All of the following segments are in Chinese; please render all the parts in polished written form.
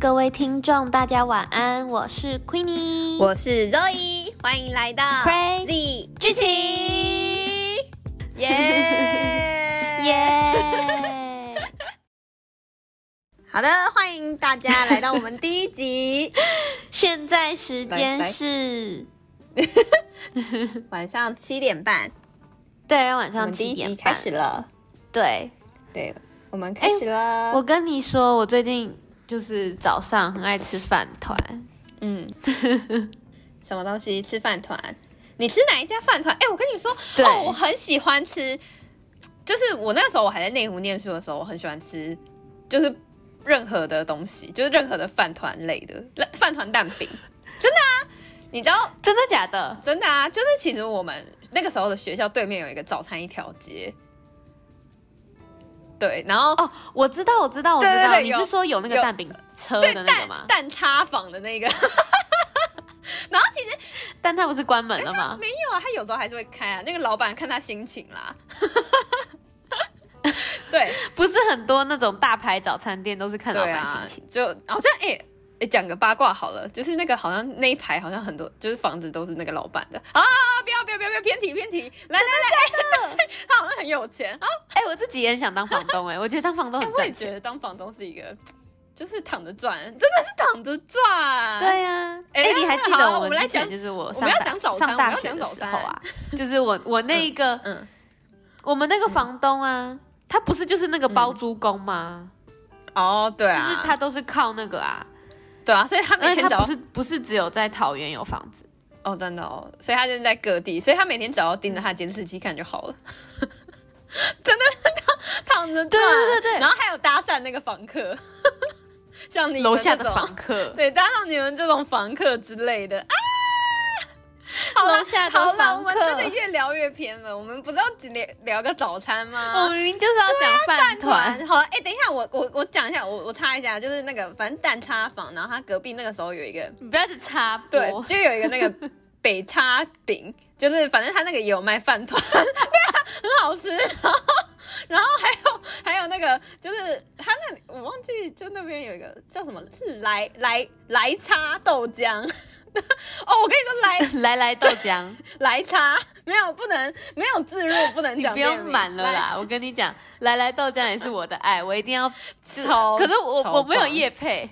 各位听众，大家晚安，我是 Queenie， 我是 Zoe， 欢迎来到 Crazy 剧情， 耶耶！ 好的，欢迎大家来到我们第一集。 现在时间是晚上7点半， 对，晚上7点半， 我们第一集开始了。 对， 我们开始了。 我跟你说，我最近就是早上很爱吃饭团。 什么东西？吃饭团？你吃哪一家饭团？我跟你说，我很喜欢吃。就是我那个时候我还在内湖念书的时候，我很喜欢吃，就是任何的东西，就是任何的饭团类的饭团蛋饼，真的啊！你知道？ 真的假的？ 真的啊！就是其实我们那个时候的学校对面有一个早餐一条街。对，然后我知道， 对， 你是说有那个蛋饼车的那个吗？ 蛋叉坊的那个。然后其实， 但他不是关门了吗？ 没有啊，他有时候还是会开啊。那个老板看他心情啦。对， 不是很多那种大牌早餐店都是看老板心情。 就好像讲个八卦好了，就是那个好像那一排好像很多就是房子都是那个老板的啊！不要偏题，来，他好像很有钱啊！ 我自己也很想当房东我觉得当房东很赚钱。 我也觉得当房东是一个就是躺着赚，真的是躺着赚。 对啊，你还记得我们之前就是我上大学的时候啊，就是我那一个我们那个房东啊，他不是就是那个包租公吗？ 对啊， 就是他都是靠那个啊。 对啊，所以他每天不是只有在桃园有房子真的所以他就是在各地，所以他每天只要盯着他监视器看就好了。真的躺着赚， 对， 然后还有搭讪那个房客，像你们楼下的房客， 对，搭上你们这种房客之类的啊。 楼下的房客， 好了，我们真的越聊越偏了。我们不是要聊个早餐吗？ 我明明就是要讲饭团。 好，等一下，我讲一下，我插一下，就是那个反正蛋叉坊，然后他隔壁那个时候有一个， 你不要一直插播， 对，就有一个那个北叉饼，就是反正他那个也有卖饭团，对啊，很好吃。然后还有那个，就是他那里我忘记，就那边有一个叫什么，是来叉豆浆。我跟你说来豆浆来叉没有置入，不能讲， 你不用满了啦。我跟你讲，来豆浆也是我的爱，我一定要可是我没有业配。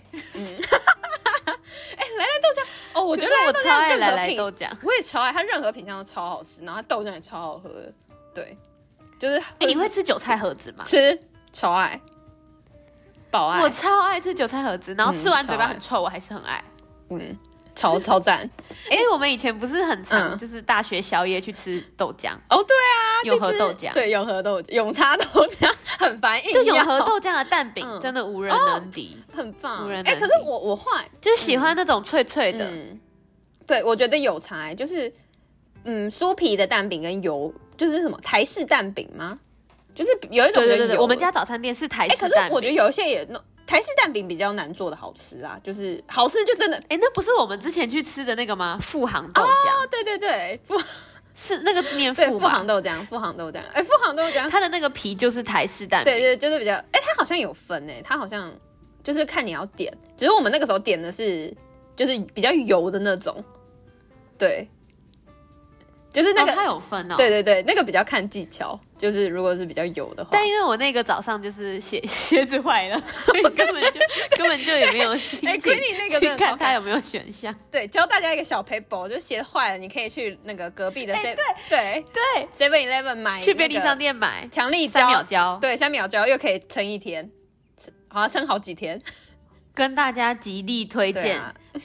来豆浆我觉得我超爱来豆浆， 我也超爱，它任何品相都超好吃，然后它豆浆也超好喝的。对，就是你会吃韭菜盒子吗？ 吃，超爱，爆爱。 我超爱吃韭菜盒子，然后吃完嘴巴很臭，我还是很爱。 超赞！ 我们以前不是很常就是大学宵夜去吃豆浆对啊， 永和豆浆， 对，永叉豆浆很烦， 就永和豆浆的蛋饼真的无人能敌， 很棒， 无人能敌。 可是我后来就是喜欢那种脆脆的， 对，我觉得有差，就是酥皮的蛋饼跟油，就是什么台式蛋饼吗？就是有一种对，我们家早餐店是台式蛋饼， 可是我觉得有一些也台式蛋饼比较难做的好吃啊，就是好吃就真的那不是我们之前去吃的那个吗？富航豆浆， 对， 是那个念富航豆浆，富航豆浆， 它的那个皮就是台式蛋饼， 对，就是比较它好像有分它好像就是看你要点，只是我们那个时候点的是就是比较油的那种，对。就是那个它有分对，那个比较看技巧，就是如果是比较油的话。 但因为我那个早上就是鞋子坏了，所以根本就也没有心情去看它有没有选项。 对，教大家一个小 paper， 就鞋坏了，你可以去那个隔壁的对 7-Eleven 买， 去便利商店买强力胶 3秒胶， 对，3秒胶又可以撑一天，好像撑好几天。 跟大家极力推荐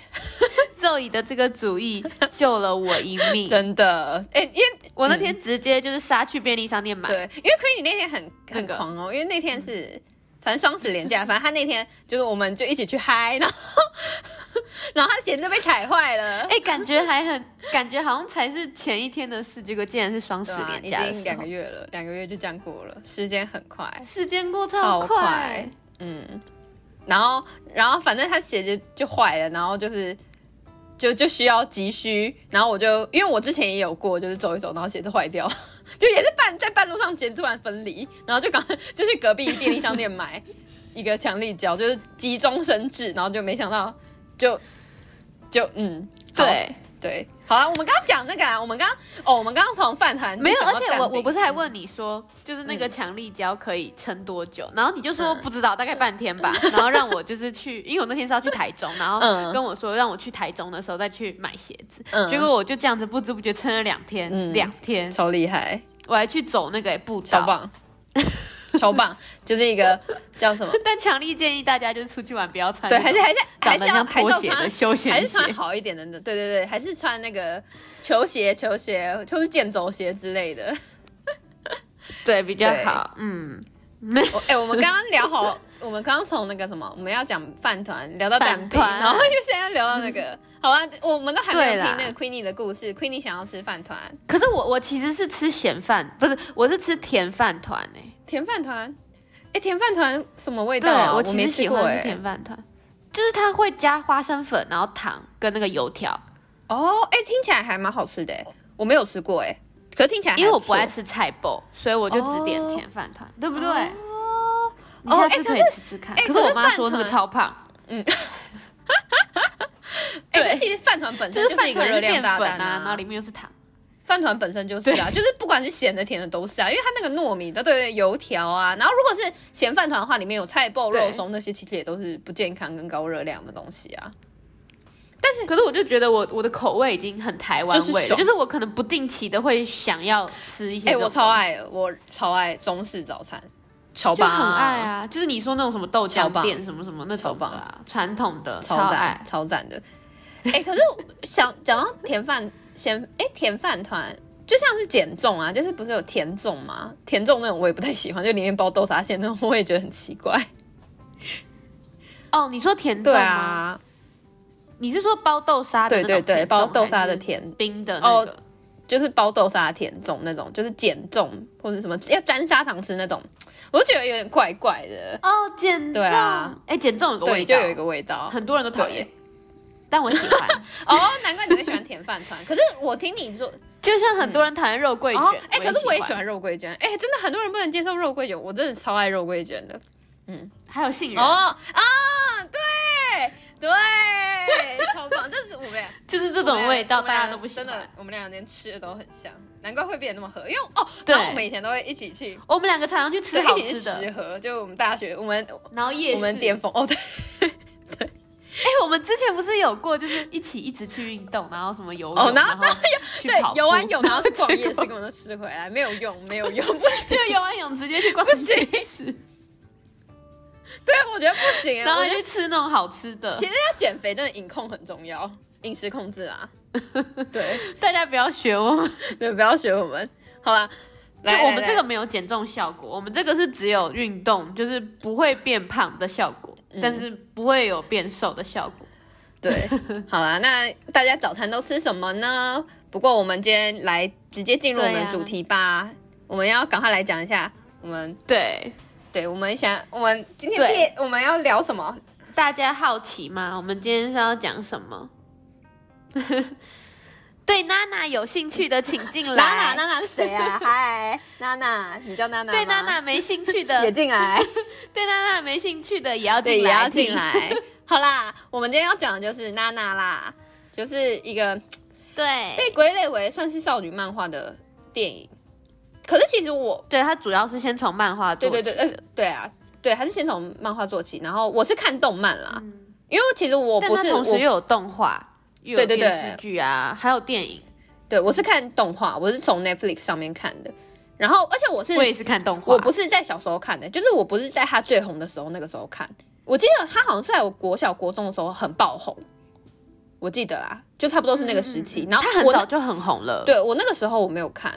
Zoe 的这个主意救了我一命， 真的。因为我那天直接就是杀去便利商店买。 对，因为Queenie那天很狂因为那天是反正双10连假，反正他那天就是我们就一起去嗨，然后他鞋子就被踩坏了。 感觉好像才是前一天的事，结果竟然是双10连假的时候， 已经2个月了，2个月就这样过了，时间很快， 时间过超快。 然后反正他鞋子就坏了，然后就需要急需，然后我就因为我之前也有过，就是走一走，然后鞋子坏掉，就也是在半路上鞋突然分离，然后就赶快就去隔壁便利商店买， 一个强力胶，就是急中生智，然后就没想到就对，好了，我们刚刚讲那个我们刚刚从饭团没有，而且我不是还问你说，就是那个强力胶可以撑多久？然后你就说不知道，大概半天吧。然后让我就是去，因为我那天是要去台中，然后跟我说让我去台中的时候再去买鞋子。结果我就这样子不知不觉撑了2天，2天， 超厉害。 我还去走那个步道， 超棒。超棒，就是一个叫什么？ 但强烈建议大家就是出去玩不要穿， 对，还是长得像拖鞋的休闲鞋， 还是穿好一点的，对，还是穿那个球鞋，就是健走鞋之类的， 对，比较好。 我们刚刚聊好，我们刚刚从那个什么，我们要讲饭团聊到蛋饼，然后又现在要聊到那个。好啦，我们都还没有听那个 Queenie 的故事。Queenie 想要吃饭团， 可是我其实是吃咸饭，不是，我是吃甜饭团甜饭团，甜饭团什么味道啊？ 对，我其实喜欢吃甜饭团，就是它会加花生粉，然后糖跟那个油条。 听起来还蛮好吃的我没有吃过可是听起来还因为我不爱吃菜包，所以我就只点甜饭团，对不对？你下次可以吃吃看。可是我妈说那个超胖。 对，其实饭团本身就是一个热量大弹然后里面又是糖。 饭团本身就是就是不管是咸的甜的都是因为它那个糯米的对油条啊，然后如果是咸饭团的话，里面有菜包、肉松那些，其实也都是不健康跟高热量的东西啊。 可是我就觉得我的口味已经很台湾味了，就是我可能不定期的会想要吃一些。 我超爱中式早餐，超棒，就很爱啊！就是你说那种什么豆浆店什么什么那种的啦，传统的超赞的。可是讲到甜饭团就像是减重啊，就是不是有甜粽吗？甜粽那种我也不太喜欢，就里面包豆沙馅那种，我也觉得很奇怪。 你说甜粽吗？对啊， 你是说包豆沙的那种？ 对，包豆沙的甜冰的那个就是包豆沙的甜粽那种，就是减重或者什么要沾砂糖吃那种，我就觉得有点怪怪的。 减重， 对啊， 减重有个味道， 就有一个味道， 很多人都讨厌。但我喜欢难怪你会喜欢甜饭团。可是我听你说， 就像很多人讨厌肉桂卷， 可是我也喜欢肉桂卷。真的很多人不能接受肉桂卷，我真的超爱肉桂卷的。 还有杏仁对，超棒！这是我们俩就是这种味道，大家都不喜欢。 真的，我们俩连吃的都很像，难怪会变得那么合。因为然后我们以前都会一起去， 我们两个常常去吃好吃的， 一起去食盒，就我们大学， 然后夜市， 我们巅峰对。 我们之前不是有过，就是一直去运动，然后什么游泳，然后去跑步， 游完泳然后去逛夜市，根本都吃回来，没有用，不行， 就游完泳直接去逛夜市。 对，我觉得不行然后去吃那种好吃的。 其实要减肥，真的饮控很重要，饮食控制啊。对， 大家不要学我们， 对，不要学我们。好吧， 就我们这个没有减重效果，我们这个是只有运动，就是不会变胖的效果。但是不会有变瘦的效果。 对，好啦，那大家早餐都吃什么呢？不过我们今天来直接进入我们的主题吧。我们要赶快来讲一下我们对，我们今天我们要聊什么？ 大家好奇吗？我们今天是要讲什么？对娜娜有兴趣的请进来。 娜娜是谁啊？嗨，娜娜，你叫娜娜吗？ 对娜娜没兴趣的也进来。 对娜娜没兴趣的也要进来， 也要进来。好啦，我们今天要讲的就是娜娜啦，就是一个被归类为算是少女漫画的电影。可是其实它主要是先从漫画做起。 对啊，对，还是先从漫画做起。然后我是看动漫啦，因为其实我不是， 但它同时又有动画。又有电视剧啊，还有电影。 对，我是看动画，我是从 Netflix 上面看的。然后，而且我也是看动画，我不是在小时候看的，就是我不是在他最红的时候那个时候看。我记得他好像是在我国小国中的时候很爆红，我记得啦，就差不多是那个时期。然后他很早就很红了。 对，我那个时候我没有看，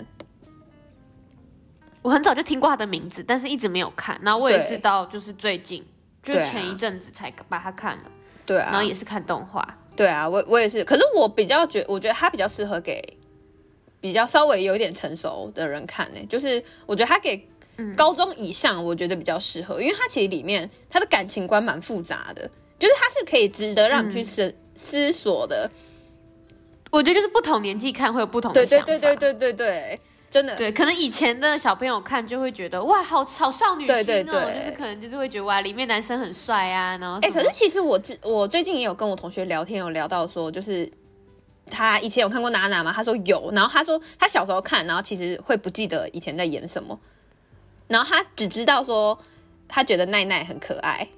我很早就听过他的名字，但是一直没有看。然后我也是到就是最近，就前一阵子才把它看了。 对啊， 然后也是看动画。 对啊，我也是，可是我觉得它比较适合给比较稍微有一点成熟的人看呢，就是我觉得它给高中以上，我觉得比较适合，因为它其实里面它的感情观蛮复杂的，就是它是可以值得让你去思索的。 我觉得就是不同年纪看会有不同的想法。 对， 真的。 对，可能以前的小朋友看就会觉得哇，好少女心哦， 对， 就是可能就是会觉得哇，里面男生很帅啊，然后可是其实我最近也有跟我同学聊天，有聊到说，就是他以前有看过娜娜吗？他说有，然后他说他小时候看，然后其实会不记得以前在演什么，然后他只知道说他觉得奈奈很可爱。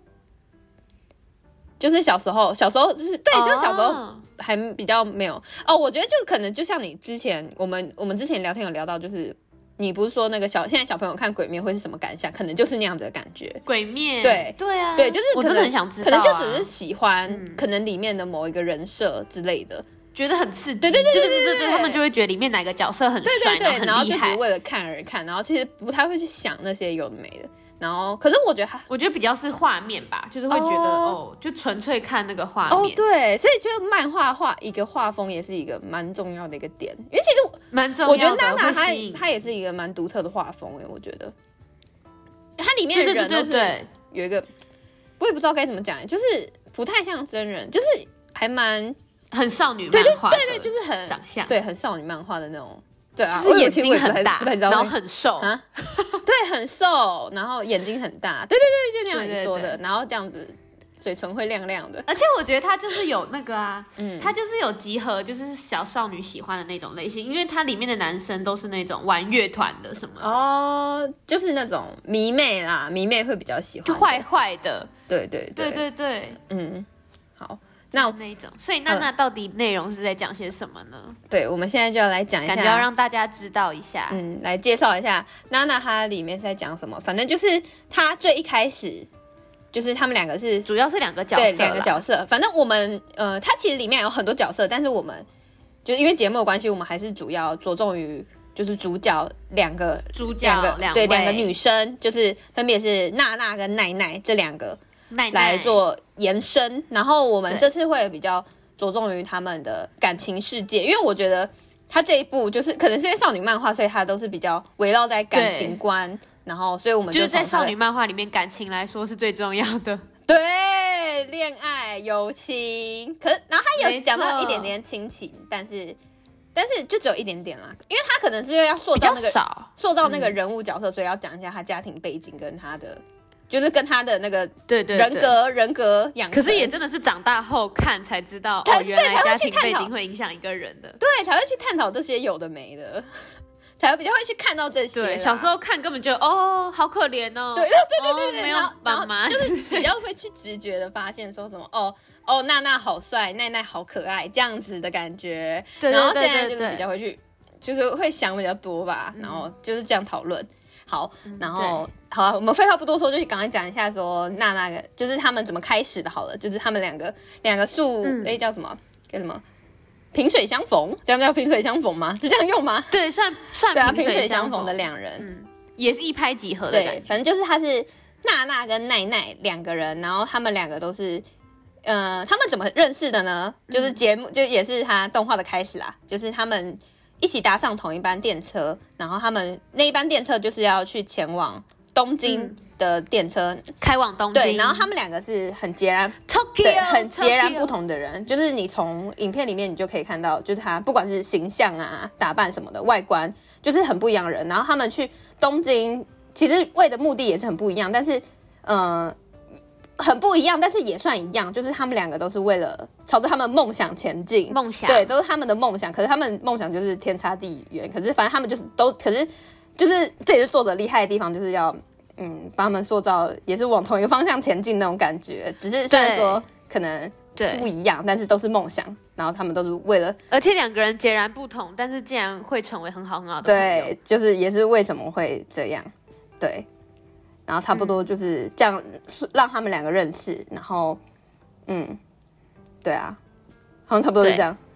就是小时候就是对，就是小时候还比较没有我觉得就可能就像你之前我们之前聊天有聊到，就是你不是说那个现在小朋友看鬼灭会是什么感想，可能就是那样子的感觉。 鬼灭对啊， 对，就是我真的很想知道可能就只是喜欢可能里面的某一个人设之类的， 觉得很刺激。 对， 他们就会觉得里面哪个角色很帅， 对，然后就只是为了看而看，然后其实不太会去想那些有的没的。然后，可是我觉得比较是画面吧，就是会觉得就纯粹看那个画面。 对，所以就漫画一个画风也是一个蛮重要的一个点，因为其实蛮重要的。 我觉得娜娜她也是一个蛮独特的画风我觉得它里面的人都是有一个，我也不知道该怎么讲，就是不太像真人，就是还蛮很少女漫画， 对，就是很长相， 对，很少女漫画的那种。对啊， 就是眼睛很大， 不太知道， 然后很瘦啊，对，很瘦，然后眼睛很大，对，就那样你说的，然后这样子嘴唇会亮亮的。 而且我觉得他就是有那个他就是有集合，就是小少女喜欢的那种类型，因为它里面的男生都是那种玩乐团的什么的就是那种迷妹啦，迷妹会比较喜欢， 就坏坏的， 对，好。 那一种，所以娜娜到底内容是在讲些什么呢？ 对，我们现在就要来讲一下， 感觉要让大家知道一下， 来介绍一下娜娜她里面是在讲什么。反正就是她最一开始就是他们两个是主要是两个角色， 对，两个角色。反正我们她其实里面有很多角色，但是我们就是因为节目的关系，我们还是主要着重于就是两个女生，就是分别是娜娜跟奈奈这两个。来做延伸，然后我们这次会比较着重于他们的感情世界，因为我觉得他这一部就是可能是因为少女漫画，所以他都是比较围绕在感情观，然后所以我们就是在少女漫画里面，感情来说是最重要的。 对，恋爱、友情，可是然后他有讲到一点点亲情，但是就只有一点点啦，因为他可能是因为要塑造那个人物角色，所以要讲一下他家庭背景跟他的。就是跟他的那个人格养成， 可是也真的是长大后看才知道原来家庭背景会影响一个人的， 对，才会去探讨这些有的没的，才会比较会去看到这些。 对，小时候看根本就好可怜哦， 对， 没有妈妈， 就是比较会去直觉的发现说什么娜娜好帅，奈奈好可爱这样子的感觉。 对， 然后现在就是比较会去，就是会想比较多吧，然后就是这样讨论。好，然后好了，我们废话不多说，就赶快讲一下说娜娜就是他们怎么开始的。好了，就是他们两个叫什么萍水相逢，这样叫萍水相逢吗？是这样用吗？ 对，算萍水相逢的两人， 也是一拍即合的感觉。 对，反正就是他是娜娜跟奈奈两个人，然后他们两个都是他们怎么认识的呢？就是节目就也是他动画的开始啦，就是他们一起搭上同一班电车，然后他们那一班电车就是要去前往东京的电车， 开往东京。 对，然后他们两个是很截然不同的人，就是你从影片里面你就可以看到，就是他不管是形象啊、打扮什么的，外观就是很不一样的人。然后他们去东京，其实为的目的也是很不一样，但是很不一样，但是也算一样，就是他们两个都是为了朝着他们梦想前进。 梦想， 对，都是他们的梦想。可是他们梦想就是天差地远。可是反正他们就是可是就是这也是作者厉害的地方，就是要把他们塑造也是往同一个方向前进那种感觉。只是虽然说可能不一样，但是都是梦想。然后他们都是为了， 而且两个人截然不同，但是竟然会成为很好的朋友。 对，就是也是为什么会这样。对。然后差不多就是这样让他们两个认识，然后，对啊，好像差不多是这样，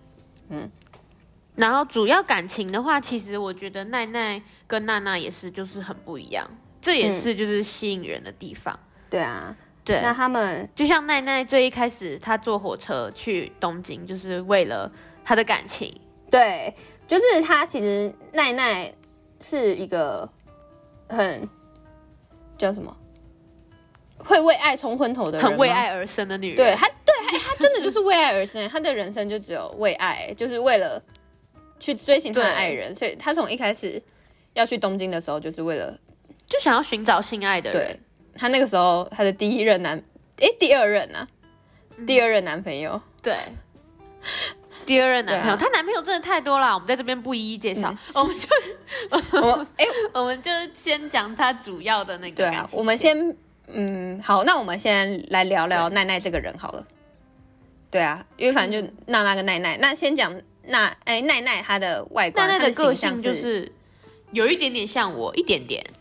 然后主要感情的话，其实我觉得奈奈跟娜娜也是就是很不一样，这也是就是吸引人的地方。 对啊， 对， 那他们就像奈奈最一开始她坐火车去东京，就是为了她的感情。 对，就是她其实奈奈是一个很。叫什么？会为爱冲昏头的人， 很为爱而生的女人。 对，她真的就是为爱而生，她的人生就只有为爱，就是为了去追寻他的爱人，所以他从一开始要去东京的时候，就是为了就想要寻找心爱的人。 对，他那个时候他的第二任啊，第二任男朋友， 对。第二任男朋友，她男朋友真的太多啦，我们在这边不一一介绍，我们就我们就先讲她主要的那个。 对啊，我们先好，那我们先来聊聊奈奈这个人好了。对啊，因为反正就娜娜跟奈奈，那先讲奈奈她的外观， 奈奈的个性就是有一点点像我，一点点。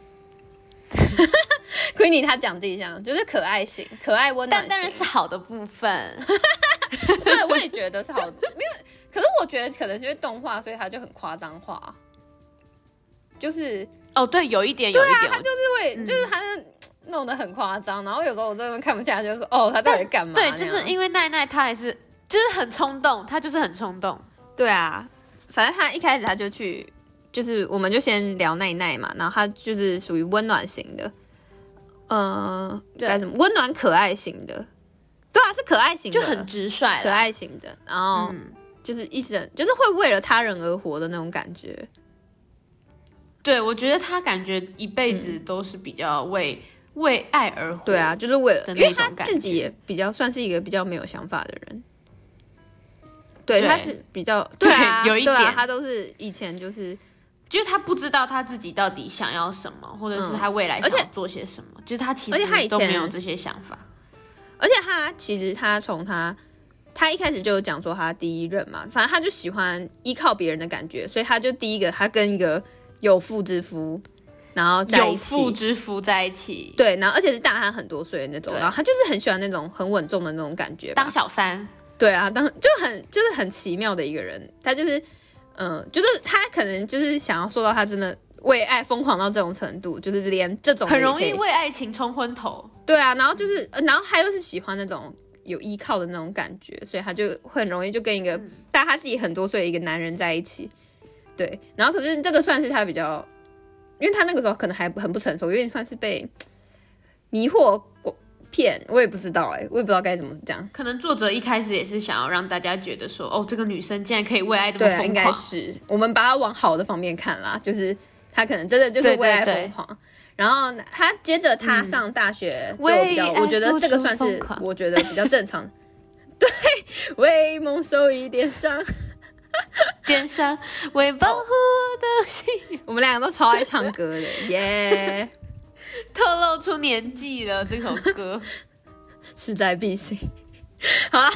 Queenie 她讲自己像就是可爱型，可爱温暖型， 但当然是好的部分。 对，我也觉得是好的，因为可是我觉得可能是因为动画，所以他就很夸张化，就是对，有一点， 对啊，他就是会，就是他弄得很夸张，然后有时候我真的看不下去，就说他到底干嘛？ 对，就是因为奈奈她还是就是很冲动，她就是很冲动。 对啊，反正他一开始他就去，就是我们就先聊奈奈嘛，然后他就是属于温暖型的，该怎么温暖可爱型的。对啊，是可爱型的， 就很直率， 可爱型的，然后就是一生就是会为了他人而活的那种感觉。 对，我觉得他感觉一辈子都是比较为爱而活。 对啊，就是为了，因为他自己也比较算是一个比较没有想法的人。对，他是比较对啊， 有一点， 他都是以前就是他不知道他自己到底想要什么，或者是他未来想要做些什么，就是他其实都没有这些想法。 而且他其实从他一开始就有讲说他第一任嘛，反正他就喜欢依靠别人的感觉，所以他就第一个他跟一个有妇之夫，然后在一起， 有妇之夫在一起， 对，然后而且是大他很多岁的那种，然后他就是很喜欢那种很稳重的那种感觉， 当小三， 对啊，就是很奇妙的一个人，他就是就是他可能就是想要说到他真的为爱疯狂到这种程度，就是连这种很容易为爱情冲昏头。 对啊，然后就是然后他又是喜欢那种有依靠的那种感觉，所以他就很容易就跟一个大他自己很多岁的一个男人在一起。对，然后可是这个算是他比较，因为他那个时候可能还很不成熟，有点算是被迷惑骗，我也不知道我也不知道该怎么讲。 可能作者一开始也是想要让大家觉得说，这个女生竟然可以为爱这么疯狂。 对，应该是我们把它往好的方面看啦，就是他可能真的就是为爱疯狂。对对对，然后他接着他上大学就比较，我觉得这个算是我觉得比较正常。对，为梦受一点伤， 点上为保护我的心。 我们两个都超爱唱歌的耶。 透露出年纪了，这首歌势在必行。好啦，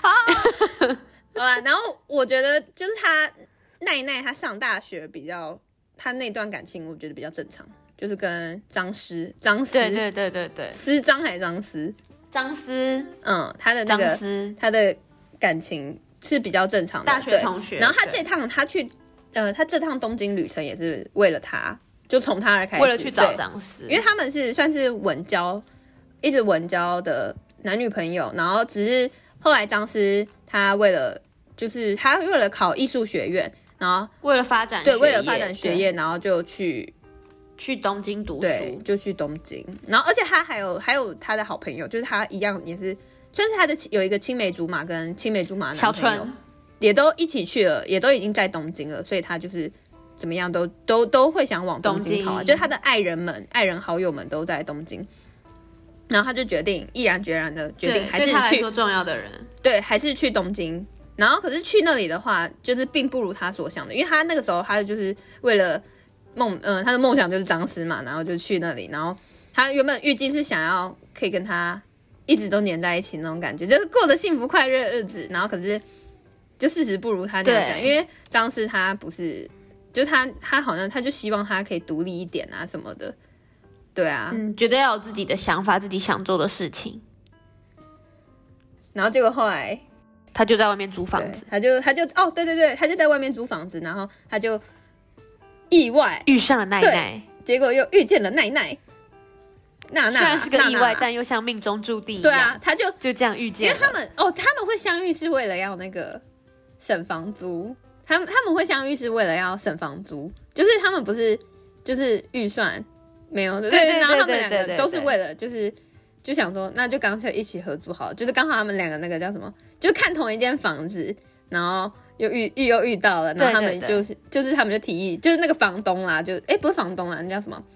然后我觉得就是他奈奈他上大学比较，他那段感情我觉得比较正常，就是跟张思， 对， 思张还是张思？ 张思， 他的那个他的感情是比较正常的， 大学同学。 然后他这趟他去，他这趟东京旅程也是为了他。就从他而开始， 为了去找张思， 因为他们是算是一直稳交的男女朋友，然后只是后来张思他为了考艺术学院，然后为了发展学业，然后就去东京读书， 对，就去东京，然后而且他还有他的好朋友，就是他一样也是算是他的有一个青梅竹马跟青梅竹马的男朋友，也都一起去了，也都已经在东京了，所以他就是怎么样都会想往东京跑啊，就是他的爱人好友们都在东京，然后他就毅然决然的决定还是对他来说重要的人， 对，还是去东京。然后可是去那里的话，就是并不如他所想的，因为他那个时候他就是为了他的梦想就是张思嘛，然后就去那里，然后他原本预计是想要可以跟他一直都黏在一起那种感觉，就是过得幸福快乐的日子，然后可是就事实不如他那样想，因为张思他不是。就是他好像他就希望他可以独立一点啊什么的，对啊， 觉得要有自己的想法，自己想做的事情。 然后结果后来他就在外面租房子， 他就对，他就在外面租房子，然后他就意外遇上了奈奈， 结果又遇见了奈奈。娜虽然是个意外，但又像命中注定一样。 对啊，他就这样遇见了。 因为他们会相遇是为了要那个省房租。他们会相遇是为了要省房租，就是他们不是就是预算没有的，对，然后他们两个都是为了就想说那就干脆一起合租好了，就是刚好他们两个那个叫什么，就看同一间房子，然后又遇到了，然后他们就是他们就提议，就是那个房东啦，就不是房东啦，那叫什么？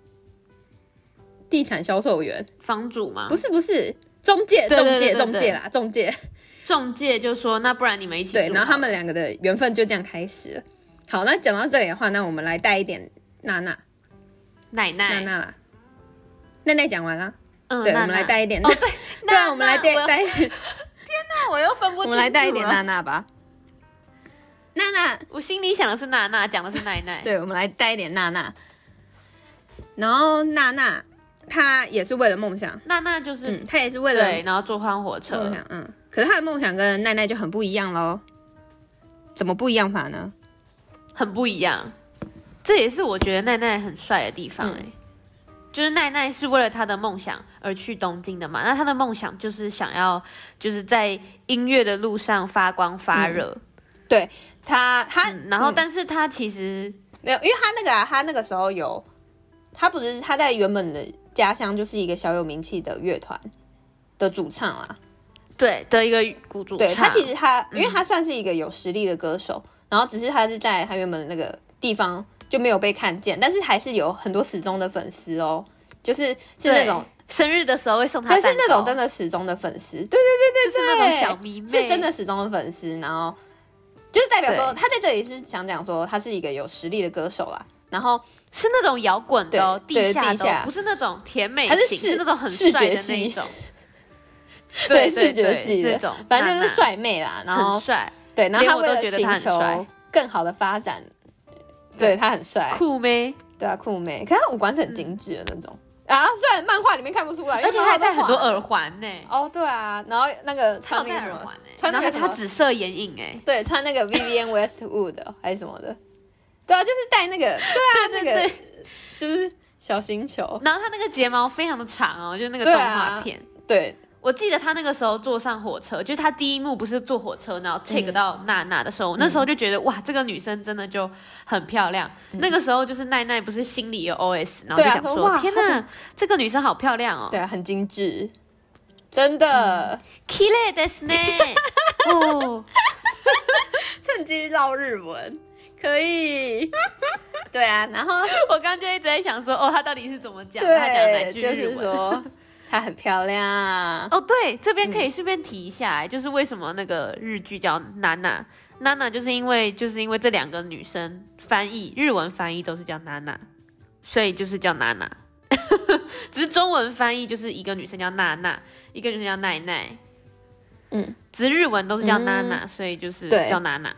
地产销售员？ 房主吗？ 不是，中介啦，中介就说那不然你们一起住。 对，然后他们两个的缘分就这样开始了。好，那讲到这里的话，那我们来带一点娜啦， 奶奶讲完了。对，我们来带一点。 哦，对， 对啊，我们来带。天哪，我又分不清楚了。 我们来带一点娜吧。娜， 我心里想的是娜，讲的是奶。 对，我们来带一点娜。然后娜，她也是为了梦想。 娜就是， 她也是为了对，然后坐欢火车。 梦想，可是她的梦想跟奈就很不一样咯。怎么不一样法呢？ 很不一样，这也是我觉得奈很帅的地方就是奈是为了他的梦想而去东京的嘛，那他的梦想就是想要就是在音乐的路上发光发热。对他然后但是他其实没有，因为他那个时候有，他在原本的家乡就是一个小有名气的乐团的主唱啦， 对的一个主唱。 对，他其实因为他算是一个有实力的歌手，然后只是他是在他原本的那个地方就没有被看见，但是还是有很多始终的粉丝哦，是那种生日的时候会送他蛋糕， 是那种真的始终的粉丝，对， 就是那种小迷妹， 是真的始终的粉丝，然后就是代表说他在这里是想讲说他是一个有实力的歌手啦，然后是那种摇滚的哦，地下不是那种甜美型，是那种很帅的那一种， 对，视觉系的那种， 反正就是帅妹啦，然后很帅， 对，然后他为了寻求更好的发展，对他很帅， 酷妹， 对啊，酷妹，可是他五官是很精致的那种啊，虽然漫画里面看不出来， 而且还戴很多耳环呢。 哦，对啊，然后那个穿那个耳环穿那个擦紫色眼影对，穿那个 Vivienne Westwood 还是什么的，对啊，就是戴那个，对啊，那个就是小星球， 然后他那个睫毛非常的长哦，就是那个动画片， 对。 我记得他那个时候坐上火车，就是他第一幕不是坐火车，然后 take 到娜的时候，那时候就觉得哇，这个女生真的就很漂亮。那个时候就是奈不是心里有 OS， 然后就想说天哪，这个女生好漂亮哦， 对啊，很精致，真的。 綺麗ですね。哦， 趁机绕日文，可以。对啊，然后我刚就一直在想说，他到底是怎么讲？他讲哪句日文？ 就是说她很漂亮哦，对，这边可以顺便提一下，就是为什么那个日剧叫娜，就是因为这两个女生日文翻译都是叫娜，所以就是叫娜，只是中文翻译就是一个女生叫娜，一个女生叫奈，只是日文都是叫娜，所以就是叫娜。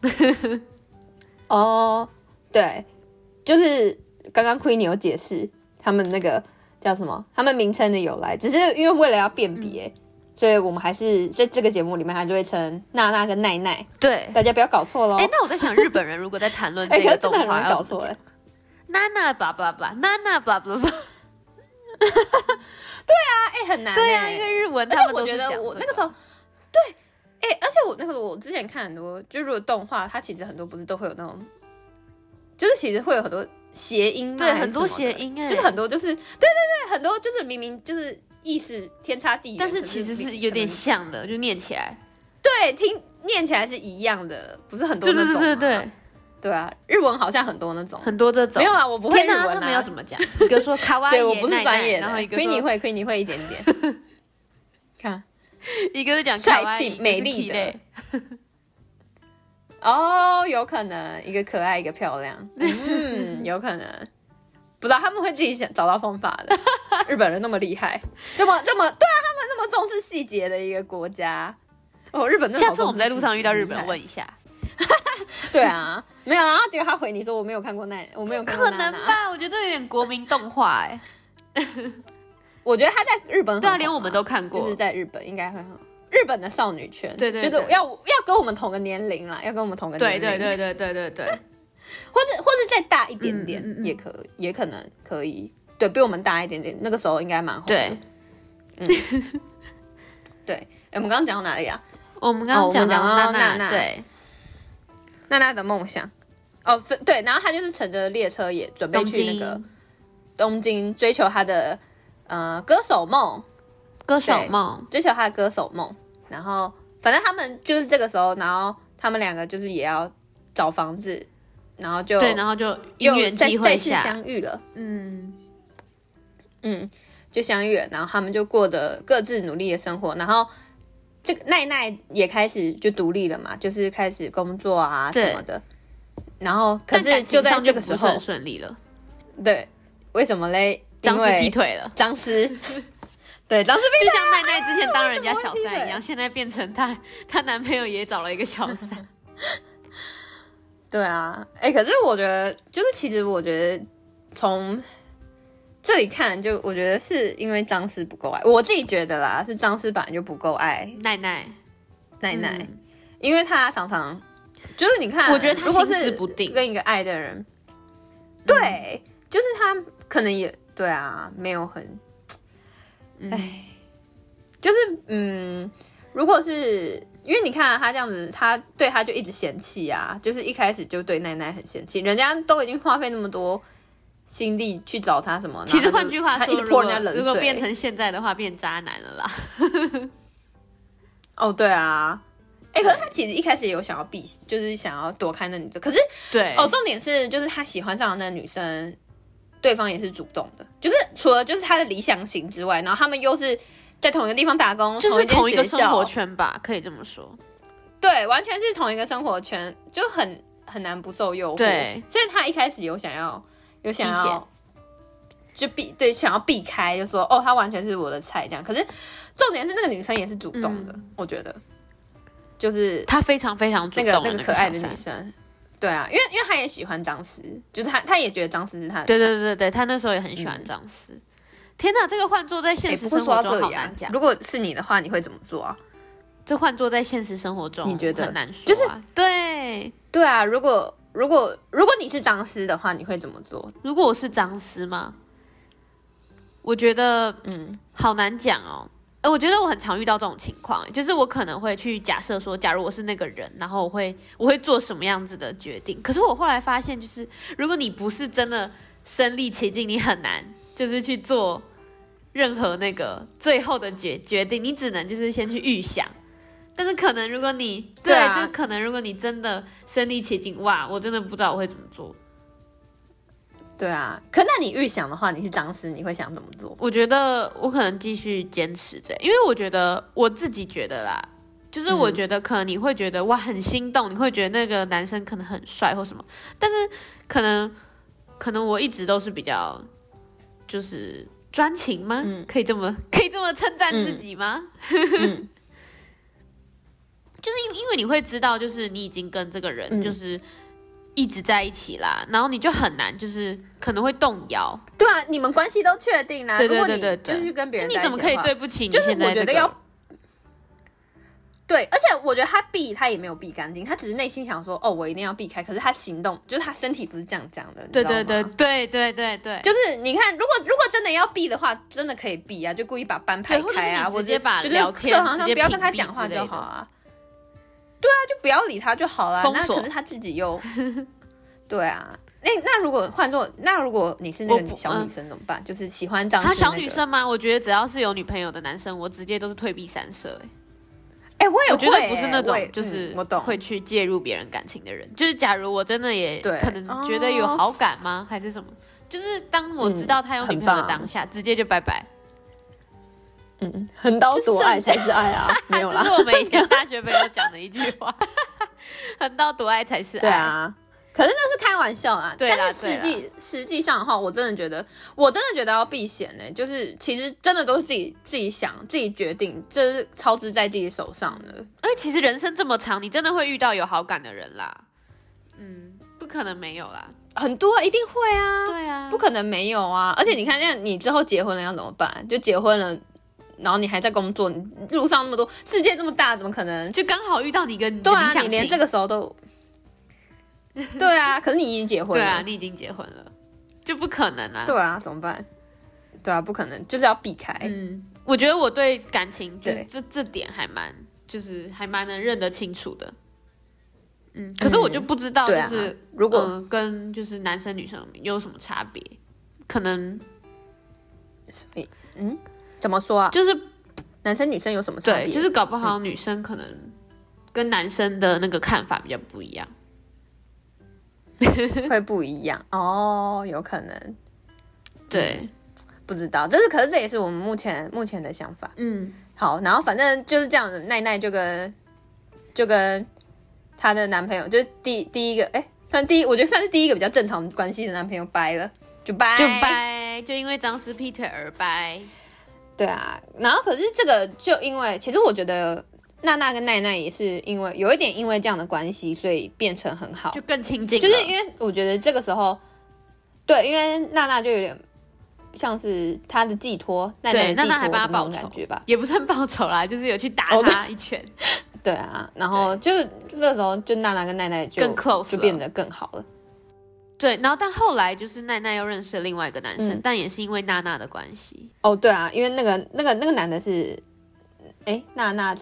哦，对，就是刚刚 Queenie 有解释他们那个。叫什么？他们名称的由来，只是因为为了要辨别，所以我们还是在这个节目里面还是会称娜跟奈。对，大家不要搞错咯。 那我在想，日本人如果在谈论这个动画， 搞错了。 娜 blah blah blah， 娜 blah blah blah。 对啊，很难。 对啊，因为日文他们都是讲。 而且我觉得我那个时候，对，而且我那个我之前看很多，就如果动画，它其实很多不是都会有那种，就是其实会有很多。谐音对，很多谐音就是很多就是对，很多就是明明就是意思天差地远， 但是其实是有点像的，就念起来， 对，念起来是一样的，不是很多那种吗？对啊，日文好像很多那种， 很多这种没有啦，我不会日文他们要怎么讲？一个说卡哇伊， 我不是专业的， 然后一个说亏你会一点点，看一个是讲帅气美丽的。哦，有可能一个可爱，一个漂亮，有可能，不知道他们会自己想找到方法的。日本人那么厉害，这么对啊，他们那么重视细节的一个国家。哦，日本那么下次我们在路上遇到日本人问一下。 对啊，没有，然后结果他回你说我没有看过我没有看过可能吧？我觉得有点国民动画我觉得他在日本对啊，连我们都看过， 就是在日本应该会很好。日本的少女圈， 对， 就是要跟我们同个年龄啦，要跟我们同个年龄， 对， 或者再大一点点也可能可以，对比我们大一点点，那个时候应该蛮红的。对，我们刚刚讲到哪里啊？ 我们刚刚讲到娜，对， 娜的梦想。哦，对，然后他就是乘着列车也准备去那个东京追求他的歌手梦。追求他的歌手梦，然后反正他们就是这个时候，然后他们两个就是也要找房子，然后就因缘际会下再次相遇了，就相遇了，然后他们就过得各自努力的生活，然后这个奈奈也开始就独立了嘛，就是开始工作啊什么的，然后可是就在这个时候不是很顺利了。 对，为什么嘞？ 张师劈腿了， 张师对，张师劈腿， 就像奈奈之前当人家小三一样，现在变成她男朋友也找了一个小三。 对啊，可是我觉得，就是其实我觉得从这里看，就我觉得是因为张师不够爱，我自己觉得啦，是张师本来就不够爱奈奈， 因为他常常就是你看， 我觉得他心思不定， 跟一个爱的人，对，就是他可能也对啊，没有很，就是如果是。因为你看他这样子，他对他就一直嫌弃啊，就是一开始就对奈奈很嫌弃，人家都已经花费那么多心力去找他什么。 其实换句话说，如果变成现在的话，变渣男了啦。 哦，对啊，可是他其实一开始也有想要就是想要躲开那女生，可是对重点是就是他喜欢上的那女生，对方也是主动的，就是除了就是他的理想型之外，然后他们又是。在同一个地方打工， 就是同一个生活圈吧，可以这么说。 对，完全是同一个生活圈，就很难不受诱惑。 对， 所以他一开始有想要，就想要避开，就说他完全是我的菜这样。可是重点是那个女生也是主动的，我觉得，就是她非常非常主动那个可爱的女生。对啊，因为她也喜欢张思，就是她也觉得张思是她的菜。对，她那时候也很喜欢张思。天哪，这个换做在现实生活中好难讲。 如果是你的话，你会怎么做啊？ 这换做在现实生活中， 你觉得很难说啊？ 就是对啊，如果你是张思的话，你会怎么做？ 如果我是张思吗？我觉得好难讲哦。我觉得我很常遇到这种情况，就是我可能会去假设说，假如我是那个人，然后我会做什么样子的决定。可是我后来发现，就是如果你不是真的身历其境，你很难就是去做。任何那个最后的决定，你只能就是先去预想，但是可能如果你就可能如果你真的身历其境，哇，我真的不知道我会怎么做。 对啊，可那你预想的话，你是张思，你会想怎么做？ 我觉得我可能继续坚持着，因为我觉得我自己觉得啦，就是我觉得可能你会觉得哇很心动，你会觉得那个男生可能很帅或什么，但是可能我一直都是比较就是专情吗？可以这么称赞自己吗？就是因为你会知道，就是你已经跟这个人就是一直在一起啦，然后你就很难就是可能会动摇。 对啊，你们关系都确定啦。 对， 就是去跟别人在一起的话， 你怎么可以对不起你现在、 就是我觉得要。对，而且我觉得他也没有避干净，他只是内心想说，我一定要避开，可是他行动就是他身体不是这样讲的， 对， 就是你看，如果真的要避的话，真的可以避啊，就故意把班排开啊， 或者直接把聊天课堂上不要跟他讲话就好啊。对啊，就不要理他就好了。那可是他自己又，对啊，那如果如果你是那个小女生怎么办？就是喜欢张他小女生吗？我觉得只要是有女朋友的男生，我直接都是退避三舍。 我觉得不是那种就是会去介入别人感情的人，就是假如我真的也可能觉得有好感吗？还是什么？就是当我知道他有女朋友的当下，直接就拜拜。 横刀夺爱才是爱啊，没有啦， 这是我们以前大学朋友讲的一句话，横刀夺爱才是爱。 对啊。可是那是开玩笑啦，但是实际上的话，我真的觉得要避嫌呢，就是其实真的都是自己想、自己决定，这是操之在自己手上的。 而且其实人生这么长，你真的会遇到有好感的人啦，不可能没有啦， 很多一定会啊， 对啊， 不可能没有啊。而且你看，像你之后结婚了要怎么办？就结婚了。然后你还在工作，路上那么多，世界这么大，怎么可能？ 就刚好遇到你跟对啊，你连这个时候都。对啊，可是你已经结婚了。 对啊，你已经结婚了，就不可能啊。 对啊，怎么办？对啊，不可能，就是要避开。 我觉得我对感情就是这点还蛮能认得清楚的。可是我就不知道，就是如果跟就是男生女生有什么差别？可能， 怎么说啊？ 就是男生女生有什么差别？ 对，就是搞不好女生可能跟男生的那个看法比较不一样， 会不一样哦，有可能， 对， 不知道，可是这也是我们目前的想法。好，然后反正就是这样子，奈奈就跟她的男朋友，就是第一个，我觉得算是第一个比较正常关系的男朋友掰了，就因为张氏劈腿而掰。 对啊，然后可是这个就因为，其实我觉得娜娜跟奈奈也是因为有一点因为这样的关系，所以变成很好， 就更亲近了。 就是因为我觉得这个时候，对，因为娜娜就有点像是她的寄托，奈奈还帮她报仇， 感觉吧， 也不算报仇啦，就是有去打她一拳。 对啊，然后就这个时候，就娜娜跟奈奈就更 close 就变得更好了。 对，然后但后来就是奈奈又认识了另外一个男生，但也是因为娜娜的关系。 哦，对啊，因为那个男的是，娜娜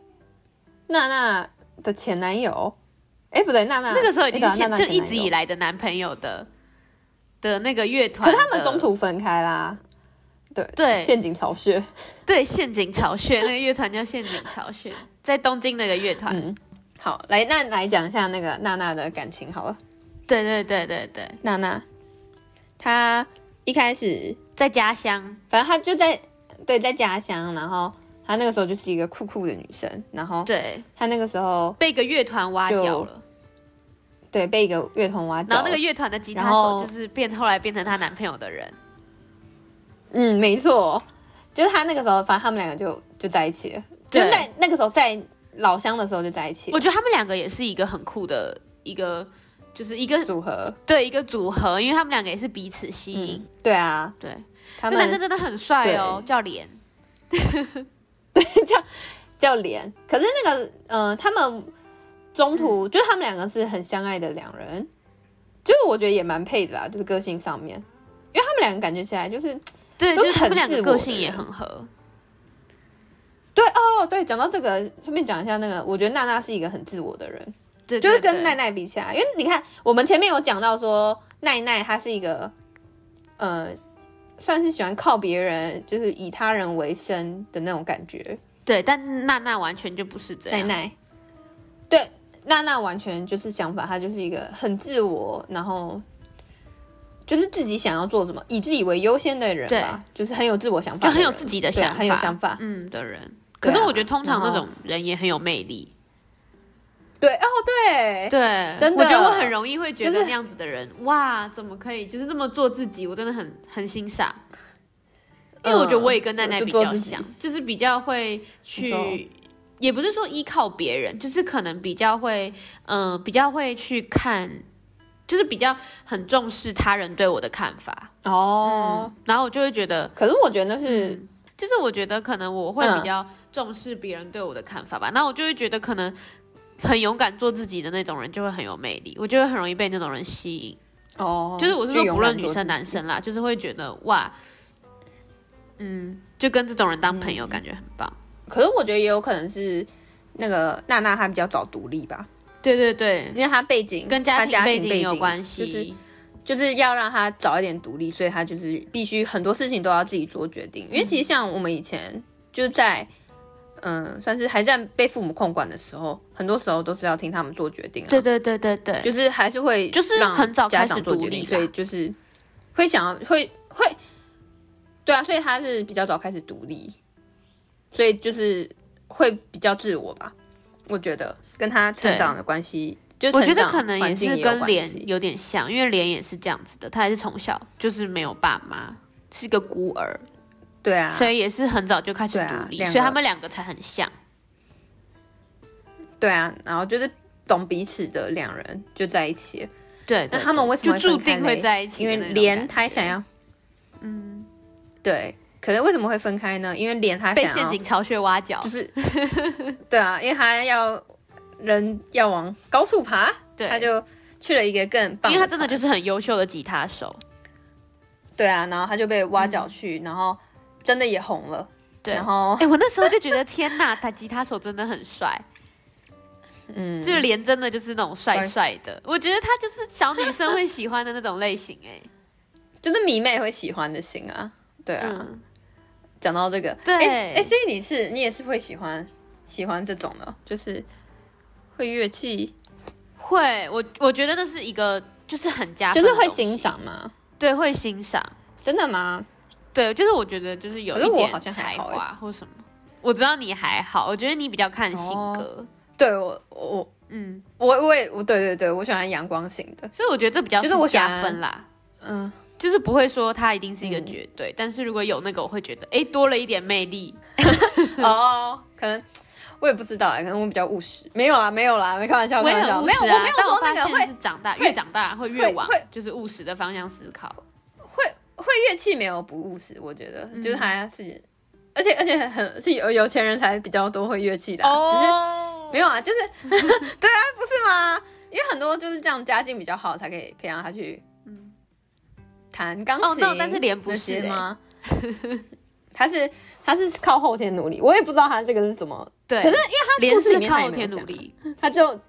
的前男友，不对，娜娜那个时候已经是就一直以来的男朋友的那个乐团， 可他们中途分开啦。 对， 陷阱巢穴， 对，陷阱巢穴，那个乐团叫陷阱巢穴，在东京那个乐团。 好，那来讲一下那个娜娜的感情好了。 对， 娜娜，她一开始在家乡， 反正她就在家乡，然后她那个时候就是一个酷酷的女生，然后对她那个时候被一个乐团挖角了， 对，被一个乐团挖角， 然后那个乐团的吉他手就是后来变成她男朋友的人。 没错，就是她那个时候，反正他们两个就在一起了，就在那个时候在老乡的时候就在一起了。 我觉得他们两个也是一个很酷的就是一个组合， 对，一个组合，因为他们两个也是彼此吸引。 对啊， 对， 他们男生真的很帅哦，叫莲， 对，叫莲。可是那个他们中途就是他们两个是很相爱的两人，就是我觉得也蛮配的啦，就是个性上面，因为他们两个感觉起来就是对， 都是他们两个个性也很合。 对对，讲到这个，顺便讲一下那个，我觉得娜娜是一个很自我的人。 对， 就是跟奈奈比起来，因为你看我们前面有讲到说奈奈她是一个算是喜欢靠别人，就是以他人为生的那种感觉。 对，但娜娜完全就不是这样。 娜娜完全就是相反，她就是一个很自我，然后就是自己想要做什么，以自己为优先的人吧，就是很有自我想法， 就很有自己的想法， 很有想法的人。可是我觉得通常那种人也很有魅力。 对，真的， 我觉得我很容易会觉得那样子的人，哇，怎么可以就是那么做自己？我真的很欣赏，因为我觉得我也跟奈奈比较像，就是比较会去，也不是说依靠别人，就是可能比较会去看，就是比较很重视他人对我的看法然后我就会觉得， 可是我觉得那是， 就是我觉得可能我会比较重视别人对我的看法吧，那我就会觉得可能。很勇敢做自己的那种人就会很有魅力，我就会很容易被那种人吸引。就是我是说不论女生男生啦，就是会觉得哇，就跟这种人当朋友感觉很棒。 可是我觉得也有可能是那个娜娜她比较早独立吧。 对， 因为她背景跟家庭背景有关系， 就是要让她早一点独立，所以她就是必须很多事情都要自己做决定。因为其实像我们以前就是在。算是还在被父母控管的时候，很多时候都是要听他们做决定啊。 对， 就是还是会就是很早开始做决定，所以就是会想要会，对啊，所以他是比较早开始独立，所以就是会比较自我吧。我觉得跟他成长的关系，就我觉得可能也是跟莲有点像，因为莲也是这样子的，他也是从小就是没有爸妈，是个孤儿。 对啊， 所以也是很早就开始独立，所以他们两个才很像。 对啊，然后就是懂彼此的两人就在一起。 对， 那他们为什么就注定会在一起？ 因为莲他想要，对，可是为什么会分开呢？因为莲他被陷阱巢穴挖角， 就是对啊，因为他人要往高处爬， 对， 他就去了一个更棒， 因为他真的就是很优秀的吉他手。 对啊，然后他就被挖角去，然后。真的也红了， 对， 然后我那时候就觉得天哪，他吉他手真的很帅，就是连真的就是那种帅帅的，我觉得他就是小女生会喜欢的那种类型， 就是迷妹会喜欢的型啊，对啊。讲到这个， 对， 所以你也是会喜欢这种的，就是会乐器？ 会，我觉得那是一个就是很加分， 就是会欣赏吗？ 对，会欣赏。 真的吗？ 对，就是我觉得就是有一点才华或什么。我知道你还好，我觉得你比较看性格。 对我也对，我喜欢阳光型的， 所以我觉得这比较就是我加分啦。就是不会说它一定是一个绝对，但是如果有那个，我会觉得多了一点魅力。 可能我也不知道可能我比较务实。没有啦，没开玩笑， 我也很务实啊。 我没有说那个会是长大，越长大会越往就是务实的方向思考。 会乐器没有不务实，我觉得就是他是，而且是有钱人才比较多会乐器的，只是没有啊，就是对啊，不是吗？因为很多就是这样家境比较好才可以培养他去弹钢琴。 但是连不是吗？他是靠后天努力，我也不知道他这个是怎么。对，可是因为他故事里面靠后天努力， 他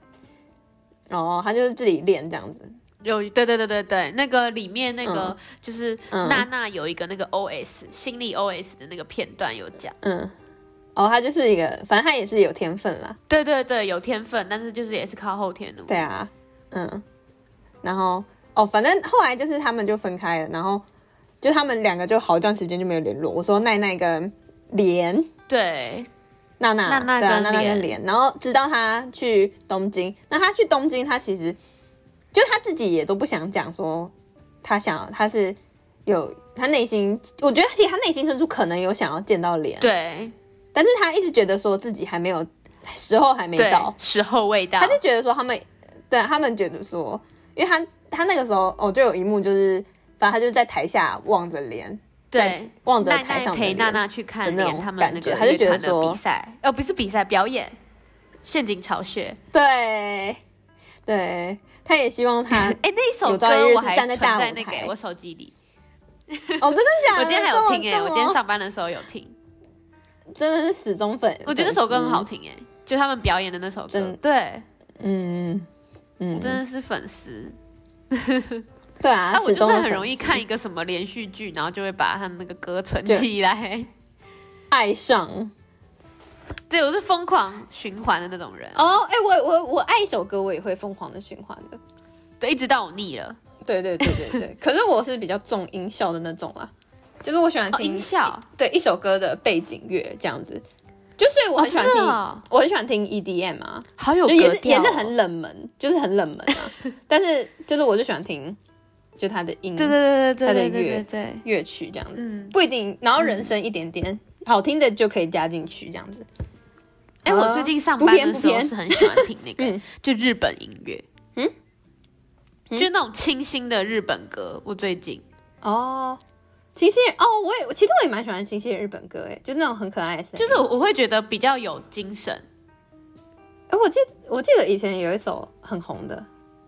就是自己练这样子。 对，那个里面那个就是娜娜有一个那个 OS 心理 OS 的那个片段有讲。 他就是一个，反正他也是有天分啦。 对，有天分，但是就是也是靠后天努力。 对啊，然后反正后来就是他们就分开了，然后就他们两个就好一段时间就没有联络。我说奈奈跟莲， 对， 娜娜跟莲，然后直到他去东京，那他去东京，他其实就他自己也都不想讲说他是有他内心，我觉得其实他内心深处可能有想要见到莲， 对， 但是他一直觉得说自己还没有时候还没到， 时候未到， 他就觉得说他们觉得说，因为他那个时候就有一幕就是，反正他就在台下望着莲， 对， 望着台上的陪娜娜去看莲他们那个他就觉得说比赛，不是比赛，表演陷阱巢穴， 对，他也希望他那一首歌我还存在那个我手机里。 真的假的？ 我今天还有听我今天上班的时候有听， 真的是死忠粉。 我觉得那首歌很好听就他们表演的那首歌，对，我真的是粉丝。 对啊， 我就是很容易看一个什么连续剧，然后就会把他那个歌存起来， 爱上。 对，我是疯狂循环的那种人。 我爱一首歌，我也会疯狂的循环的。 对，一直到我腻了。对。 可是我是比较重音效的那种啦，就是我喜欢听音效， 对一首歌的背景乐这样子。就是我很喜欢听，我很喜欢听 EDM 啊， 好有格调， 也是很冷门，就是很冷门啊。但是就是我就喜欢听，就他的音， 对， 他的乐曲这样子，不一定，然后人声一点点好听的就可以加进去这样子。 我最近上班的时候是很喜欢听那个，就日本音乐，就那种清新的日本歌。我最近清新其实我也蛮喜欢清新的日本歌就是那种很可爱的声音， 就是我会觉得比较有精神。 我记得以前有一首很红的，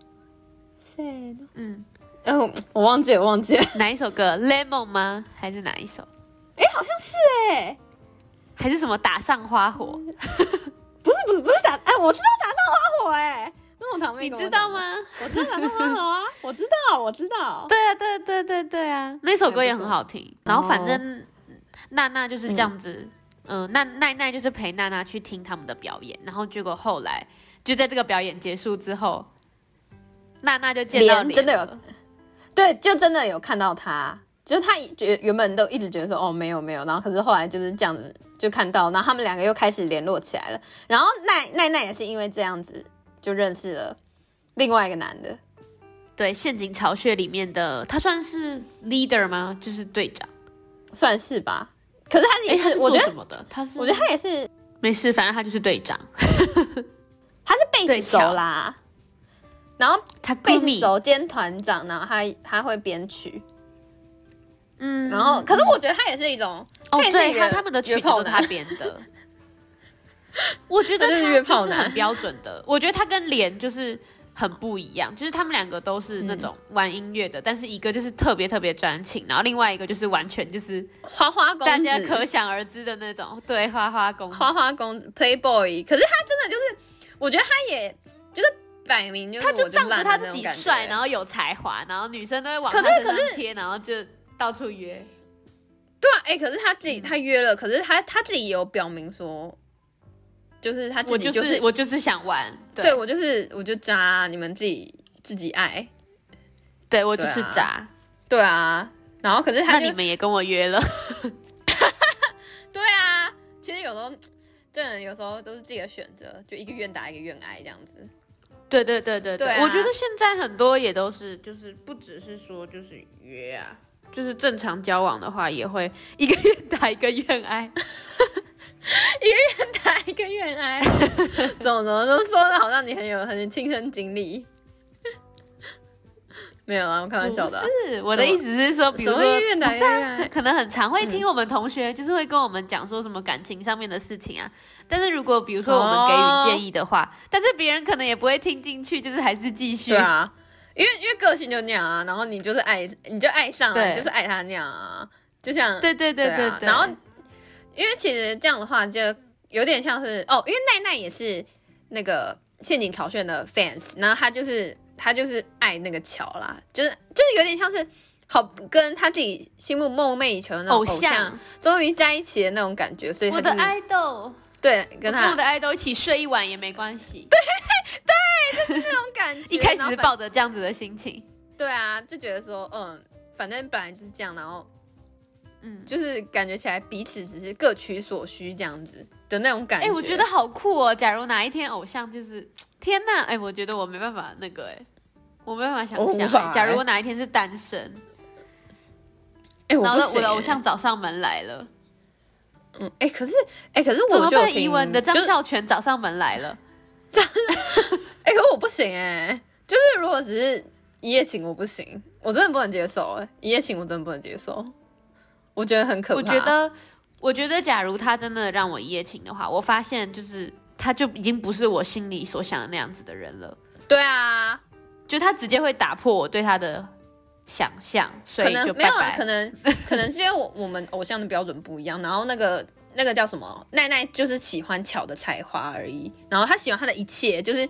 我忘记了哪一首歌 ？Lemon 吗？还是哪一首？ 好像是还是什么打上花火？ 不是我知道打上花火那种堂妹， 你知道吗？ 我知道打上花火啊，我知道。 对啊，那首歌也很好听。然后反正娜娜就是这样子，奈奈就是陪娜娜去听他们的表演，然后结果后来就在这个表演结束之后，娜娜就见到真的有，对，就真的有看到他。就是他原本都一直觉得说没有，然后可是后来就是这样子就看到，然后他们两个又开始联络起来了。然后奈奈也是因为这样子就认识了另外一个男的。 对，陷阱巢穴里面的他算是 leader 吗？就是队长， 算是吧。可是他也是，我觉得什么的， 我觉得他也是没事，反正他就是队长。 他是贝斯手啦，然后他贝斯手兼团长，然后他会编曲。然后可是我觉得他也是一种对，他们的曲子都是他编的。我觉得他就是很标准的。我觉得他跟莲就是很不一样，就是他们两个都是那种玩音乐的，但是一个就是特别专情，然后另外一个就是完全就是花花公子， 大家可想而知的那种，对，花花公子 Playboy。可是他真的就是，我觉得他也就是摆明就是他就仗着他自己帅，然后有才华，然后女生都会往他身上贴，然后就到处约。 对啊，可是他自己他约了，可是他自己也有表明说， 就是他自己就是我就是想玩， 对我就渣，你们自己爱， 对我就是渣， 对啊，然后可是那你们也跟我约了， 对啊，其实有时候真的有时候都是自己的选择，就一个愿打一个愿挨这样子。 对、 啊， 我觉得现在很多也都是，就是不只是说就是约啊，就是正常交往的话，也会一个愿打一个愿挨， 一个愿打一个愿挨，怎么都说的好像你很亲身经历。没有啊，我开玩笑的。 不是，我的意思是说，比如说，不是啊，可能很常会听我们同学，就是会跟我们讲说什么感情上面的事情啊。但是如果比如说我们给予建议的话，但是别人可能也不会听进去，就是还是继续。 对啊，因为个性就那样啊，然后你就爱上了，你就是爱他那样啊，就像对。 然后因为其实这样的话，就有点像是因为奈奈也是那个陷阱考卷的 fans， 然后他就是爱那个乔啦，就是有点像是好跟他自己心目梦寐以求的那种偶像终于在一起的那种感觉，所以他就是、 我的idol， 对，跟我的idol一起睡一晚也没关系， 对，就是那种感觉。 一开始抱着这样子的心情， 对啊，就觉得说反正本来就是这样，然后就是感觉起来彼此只是各取所需这样子的那种感觉。 我觉得好酷哦！假如哪一天偶像就是天哪，我觉得我没办法那个我没办法想象假如我哪一天是单身，然后我的偶像找上门来了， 可是我就听怡文的张孝全找上门来了， 可是我不行就是如果只是一夜情我不行，我真的不能接受一夜情我真的不能接受，我觉得很可怕。 我觉得假如他真的让我一夜情的话，我发现就是他就已经不是我心里所想的那样子的人了。 对啊， 就他直接会打破我对他的想象，所以就拜拜。 可能是因为我们偶像的标准不一样，然后那个叫什么奈奈就是喜欢巧的才华而已，然后他喜欢他的一切，就是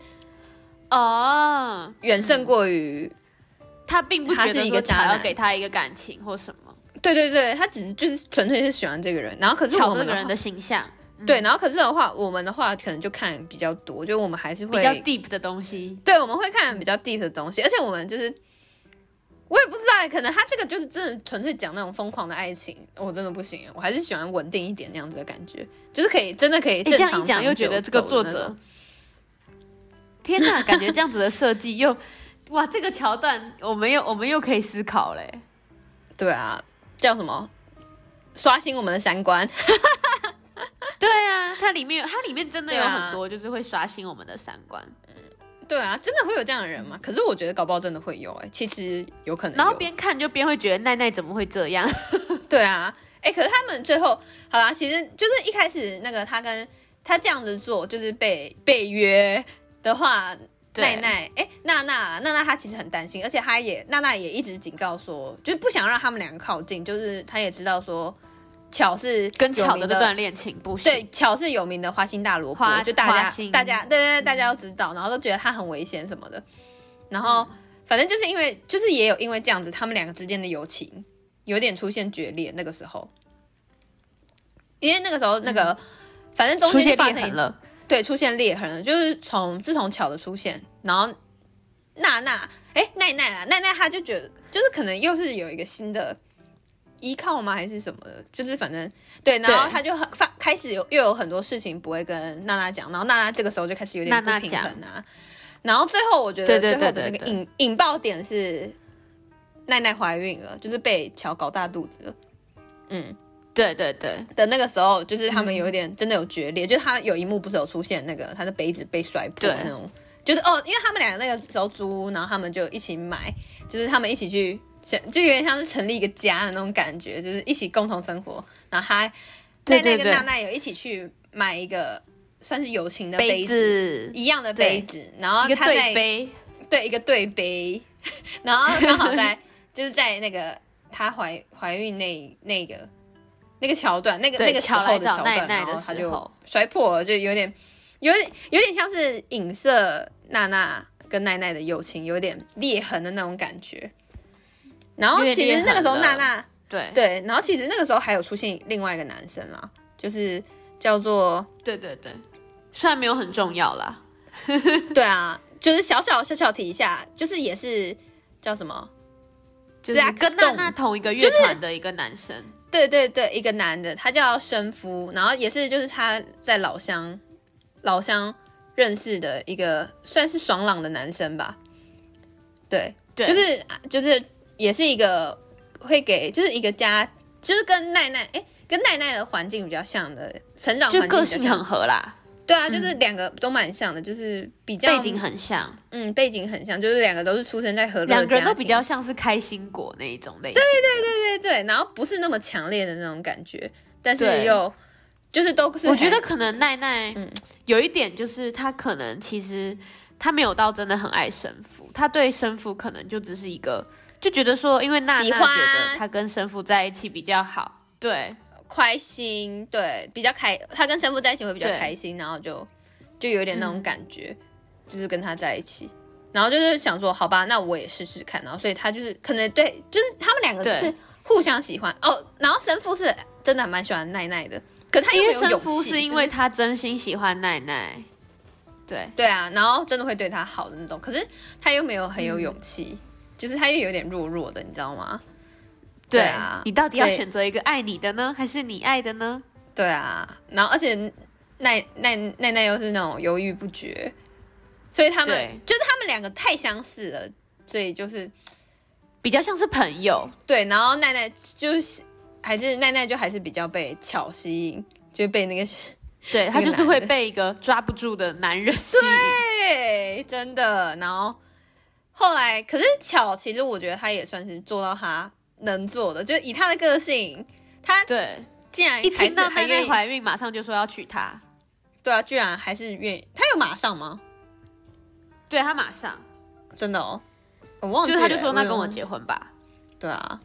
远胜过于他并不觉得说巧要给他一个感情或什么。 对，他只是就是纯粹是喜欢这个人，然后可是我们这个人的形象， 对，然后可是的话，我们的话可能就看比较多，就我们还是会比较 deep 的东西， 对，我们会看比较 deep 的东西，而且我们就是我也不知道，可能他这个就是真的纯粹讲那种疯狂的爱情，我真的不行，我还是喜欢稳定一点那样子的感觉，就是真的可以正常。 这样一讲又觉得这个作者，天哪，感觉这样子的设计又哇，这个桥段我们又可以思考嘞。 对啊，叫什么？刷新我们的三观。 对啊，它里面真的有很多就是会刷新我们的三观。 对啊，真的会有这样的人吗？可是我觉得搞不好真的会有其实有可能有。 然后边看就边会觉得奈奈怎么会这样？ 对啊，可是他们最后好啦，其实就是一开始那个他这样子做，就是被约的话。奈奈，娜娜她其实很担心，而且娜娜也一直警告说，就是不想让他们两个靠近，就是她也知道说，巧是跟巧的这段恋情不行， 对，巧是有名的花心大萝卜，就大家对大家都知道，然后都觉得他很危险什么的，然后反正就是因为也有因为这样子，他们两个之间的友情有点出现决裂，那个时候，因为那个时候反正中间就发生了。对，出现裂痕了，就是自从巧的出现，然后奈奈她就觉得，就是可能又是有一个新的依靠吗，还是什么的，就是反正对，然后她就开始又有很多事情不会跟娜娜讲，然后娜娜这个时候就开始有点不平衡然后最后我觉得最后的那个引爆点是奈奈怀孕了，就是被巧搞大肚子了，对的那个时候，就是他们有一点真的有决裂，就是他有一幕不是有出现那个他的杯子被摔破那种，就是因为他们两个那个时候租屋，然后他们就一起买，就是他们一起去，就有点像是成立一个家的那种感觉，就是一起共同生活。然后奈奈跟娜奈有一起去买一个算是友情的杯子一样的杯子，然后他在一个对杯，然后刚好就是在那个他怀孕那个桥段，那个时候的桥段，然后他就摔破了，就有点像是影射娜娜跟奈奈的友情有点裂痕的那种感觉。然后其实那个时候娜娜对，然后其实那个时候还有出现另外一个男生啦，就是叫做对虽然没有很重要啦。 对啊，就是小小提一下，就是也是叫什么， 就是跟娜娜同一个乐团的一个男生。 对对对，一个男的，他叫生夫，然后也是就是他在老乡认识的一个算是爽朗的男生吧。对，就是也是一个会给就是一个家，就是跟奈奈的环境比较像的成长环境比较像，就个性很合啦。 对啊，就是两个都蛮像的，就是比较背景很像， 背景很像，就是两个都是出生在和乐家庭， 两个人都比较像是开心果那一种类型。 对，然后不是那么强烈的那种感觉，但是又就是都是。 我觉得可能奈奈有一点就是他可能其实他没有到真的很爱生父，他对生父可能就只是一个就觉得说，因为娜娜觉得他跟生父在一起比较好，对。 开心，对，比较他跟生父在一起会比较开心，然后就有点那种感觉，就是跟他在一起，然后就是想说，好吧，那我也试试看，然后所以他就是可能对，就是他们两个是互相喜欢哦，然后生父是真的蛮喜欢奈奈的，可他又没有勇气， 因为生父是因为他真心喜欢奈奈，对啊，然后真的会对他好的那种，可是他又没有很有勇气，就是他又有点弱弱的，你知道吗？对啊， 你到底要选择一个爱你的呢，还是你爱的呢？ 对啊，然后而且奈奈又是那种犹豫不决，所以他们两个太相似了，所以就是比较像是朋友。 对，然后奈奈就是还是比较被巧吸引，就被那个对他就是会被一个抓不住的男人吸引， 对，真的。然后后来，可是巧其实我觉得他也算是做到他能做的，就是以他的个性，他对竟然一听到奈奈怀孕，马上就说要娶她。 对啊，居然还是愿意。他有马上吗？ 对，他马上， 真的哦，我忘记了。 就是他就说那跟我结婚吧。 对啊，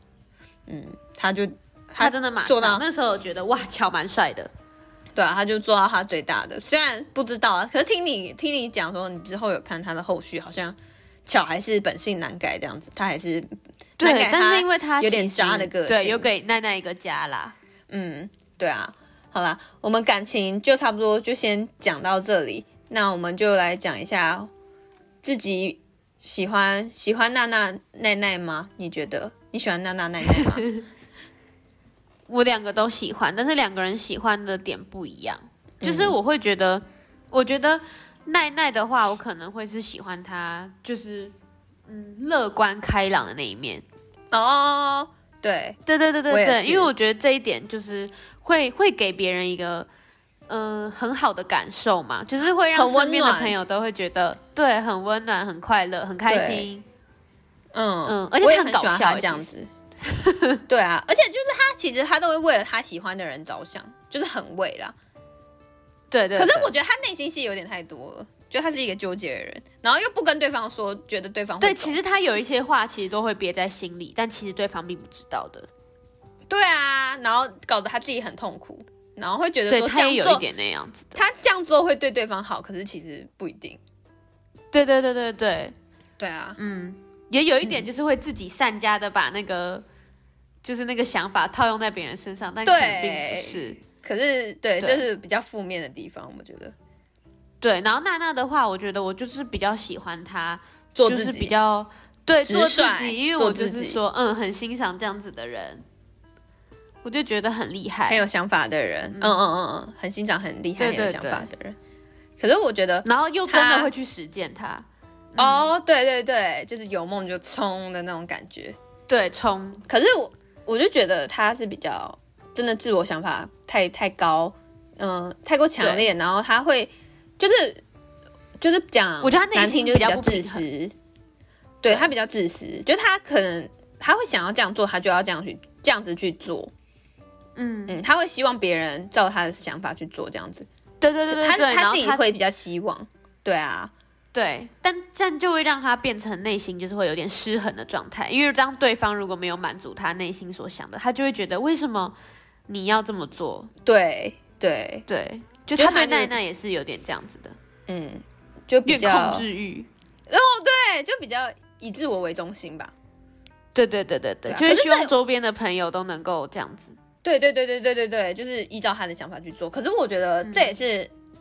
他真的马上做到。那时候我觉得哇，巧蛮帅的。 对啊，他就做到他最大的。虽然不知道啊，可是听你讲说，你之后有看他的后续，好像巧还是本性难改这样子，他还是。 对，但是因为他有点渣的个性， 对，有给奈奈一个家啦。 对啊，好啦，我们感情就差不多就先讲到这里。那我们就来讲一下自己喜欢娜娜奈奈吗？你觉得你喜欢娜娜奈奈吗？ 我两个都喜欢，但是两个人喜欢的点不一样。就是我会觉得，我觉得奈奈的话，我可能会是喜欢她，就是乐观开朗的那一面。 哦，对， 因为我觉得这一点就是会给别人一个很好的感受嘛，就是会让身边的朋友都会觉得对，很温暖、很快乐、很开心。而且他很搞笑这样子。对啊，而且就是他其实他都会为了他喜欢的人着想，就是很为啦。 对。 可是我觉得他内心戏有点太多了。就他是一个纠结的人，然后又不跟对方说，觉得对方会对，其实他有一些话其实都会憋在心里，但其实对方并不知道的。 对啊，然后搞得他自己很痛苦，然后会觉得说他也有一点那样子的， 他这样做会对对方好，可是其实不一定。 对啊， 也有一点就是会自己善加的把那个就是那个想法套用在别人身上，但可能并不是。 可是对，就是比较负面的地方，我觉得。 对，然后娜娜的话，我觉得我就是比较喜欢她做自己， 就是比较对做自己，因为我就是说，很欣赏这样子的人，我就觉得很厉害， 很有想法的人，很欣赏很厉害、很有想法的人。可是我觉得， 然后又真的会去实践它。 对，就是有梦就冲的那种感觉。 对，冲。 可是我就觉得他是比较真的自我想法太高，太过强烈，然后他会。就是讲， 我觉得他内心就是比较自私，对他比较自私，就是他可能他会想要这样做，他就要这样子去做，他会希望别人照他的想法去做，这样子， 对， 他自己会比较希望，对啊， 对，但这样就会让他变成内心就是会有点失衡的状态，因为当对方如果没有满足他内心所想的，他就会觉得为什么你要这么做？ 对。 就他对奈奈也是有点这样子的， 就比较控制欲， 对，就比较以自我为中心吧。 对，就是希望周边的朋友都能够这样子。 对，就是依照他的想法去做。可是我觉得这也是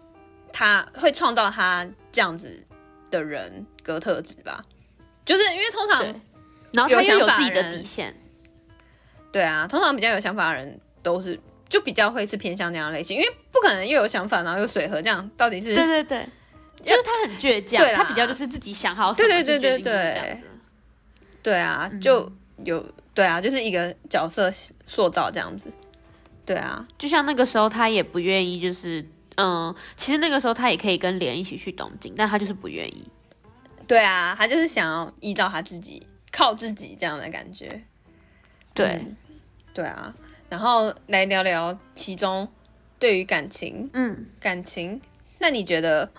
他会创造他这样子的人格特质吧，就是因为通常然后他又有自己的底线， 对啊，通常比较有想法的人都是就比较会是偏向那样类型，因为不可能又有想法然后又随和，这样到底是对，就是他很倔强，他比较就是自己想好什么就决定这样子， 对啊，就有对啊，就是一个角色塑造这样子，对啊， 就像那个时候他也不愿意，就是其实那个时候他也可以跟莲一起去东京，但他就是不愿意。 对啊，他就是想要依照他自己，靠自己这样的感觉。 对， 对啊。然后来聊聊其中对于感情，感情，那你觉得？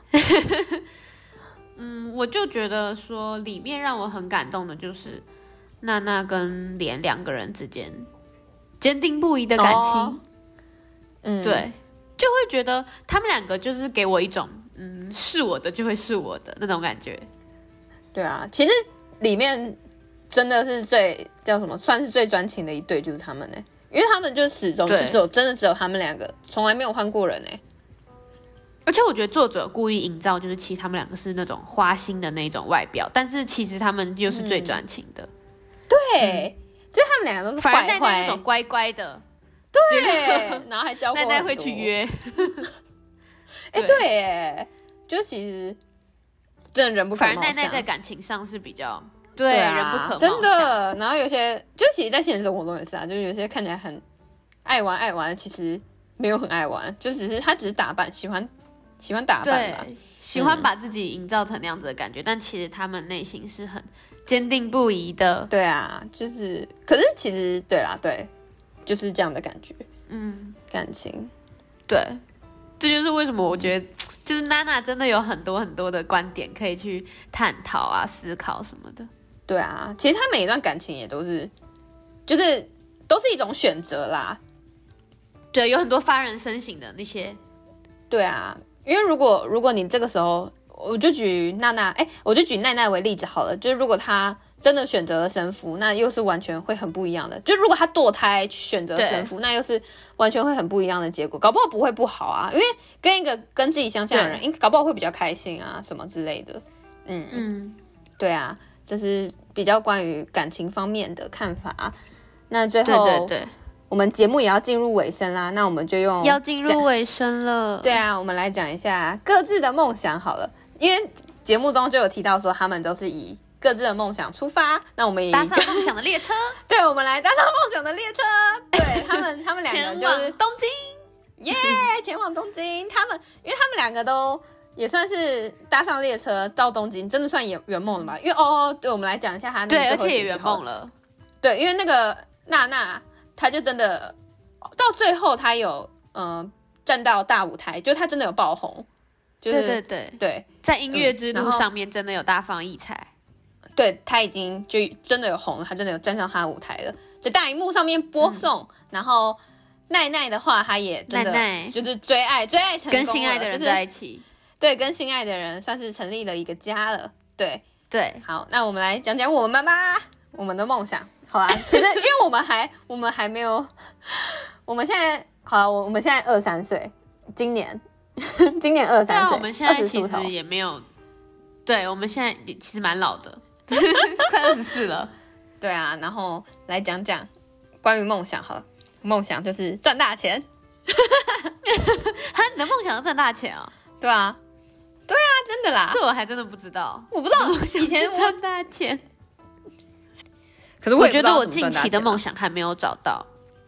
我就觉得说里面让我很感动的就是娜娜跟莲两个人之间坚定不移的感情。对，就会觉得他们两个就是给我一种是我的就会是我的那种感觉。对啊， 其实里面真的是最叫什么，算是最专情的一对就是他们欸，因为他们就始终就真的只有他们两个，从来没有换过人欸。 而且我觉得作者故意营造就是其实他们两个是那种花心的那种外表，但是其实他们又是最专情的。 对，就是他们两个都是坏坏， 反而奈奈那种乖乖的， 对，然后还教过奈奈会去约。 对耶，就其实真的人不可貌相。 反而奈奈在感情上是比较对人不可貌相， 真的。然后有些就其实，在现实生活中也是啊，就是有些看起来很爱玩，其实没有很爱玩，就他只是打扮，喜欢打扮吧， 喜欢把自己营造成那样子的感觉，但其实他们内心是很坚定不移的。 对啊，就是可是其实对啦，对，就是这样的感觉。感情， 对，这就是为什么我觉得就是娜娜真的有很多很多的观点可以去探讨啊、思考什么的。 对啊，其实他每一段感情也都是，就是都是一种选择啦。 对，有很多发人深省的那些。 对啊，因为如果你这个时候，我就举娜娜，我就举奈奈为例子好了。就是如果她真的选择了生夫，那又是完全会很不一样的。就如果她堕胎选择生夫，那又是完全会很不一样的结果。搞不好不会不好啊，因为跟一个跟自己相像的人，搞不好会比较开心啊，什么之类的。对啊，这是比较关于感情方面的看法。那最后，对，我们节目也要进入尾声啦，那我们就要进入尾声了。 对啊，我们来讲一下各自的梦想好了，因为节目中就有提到说他们都是以各自的梦想出发，那我们也搭上梦想的列车。 对，我们来搭上梦想的列车。对，他们两个就是东京， 耶，前往东京。因为他们两个都也算是搭上列车到东京，真的算圆梦了吧？因为对，我们来讲一下他那个， 对，而且也圆梦了。 对，因为那个娜娜，她就真的到最后，她有站到大舞台，就她真的有爆红。就是对， 在音乐之路上面真的有大放异彩。 对，他已经就真的有红了，他真的有站上他的舞台了，在大荧幕上面播送。然后奈奈的话，他也真的就是追爱成功了， 跟心爱的人在一起。 对，跟心爱的人算是成立了一个家了。对，好，那我们来讲讲我们吧，我们的梦想。好啦，其实因为我们还没有，我们现在好了，我们现在23岁，今年23岁， 我们现在其实也没有，对，我们现在也其实蛮老的。快24了。 对啊，然后来讲讲关于梦想好了。梦想就是赚大钱。 你的梦想是赚大钱啊？ 对啊，真的啦。 这我还真的不知道。 我不知道，以前赚大钱。 可是我觉得我近期的梦想还没有找到。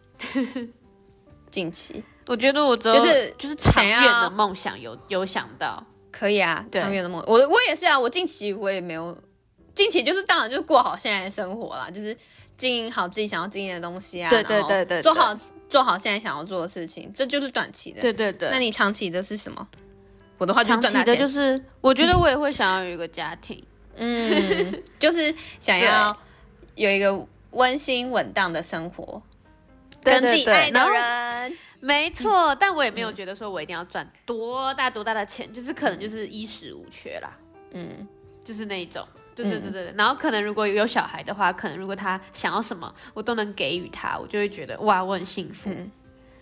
近期， 我觉得我就是长远的梦想有想到。 可以啊，长远的梦，我也是啊。我近期我也没有，近期就是当然就是过好现在的生活啦，就是经营好自己想要经营的东西啊， 对， 做好现在想要做的事情，这就是短期的。对。那你长期的是什么？我的话就是赚大钱。 长期的就是我觉得我也会想要有一个家庭， 就是想要有一个温馨稳当的生活，跟自己爱的人。 没错，但我也没有觉得说我一定要赚多大的钱，就是可能就是衣食无缺啦，就是那一种，对。然后可能如果有小孩的话，可能如果他想要什么，我都能给予他，我就会觉得哇，我很幸福。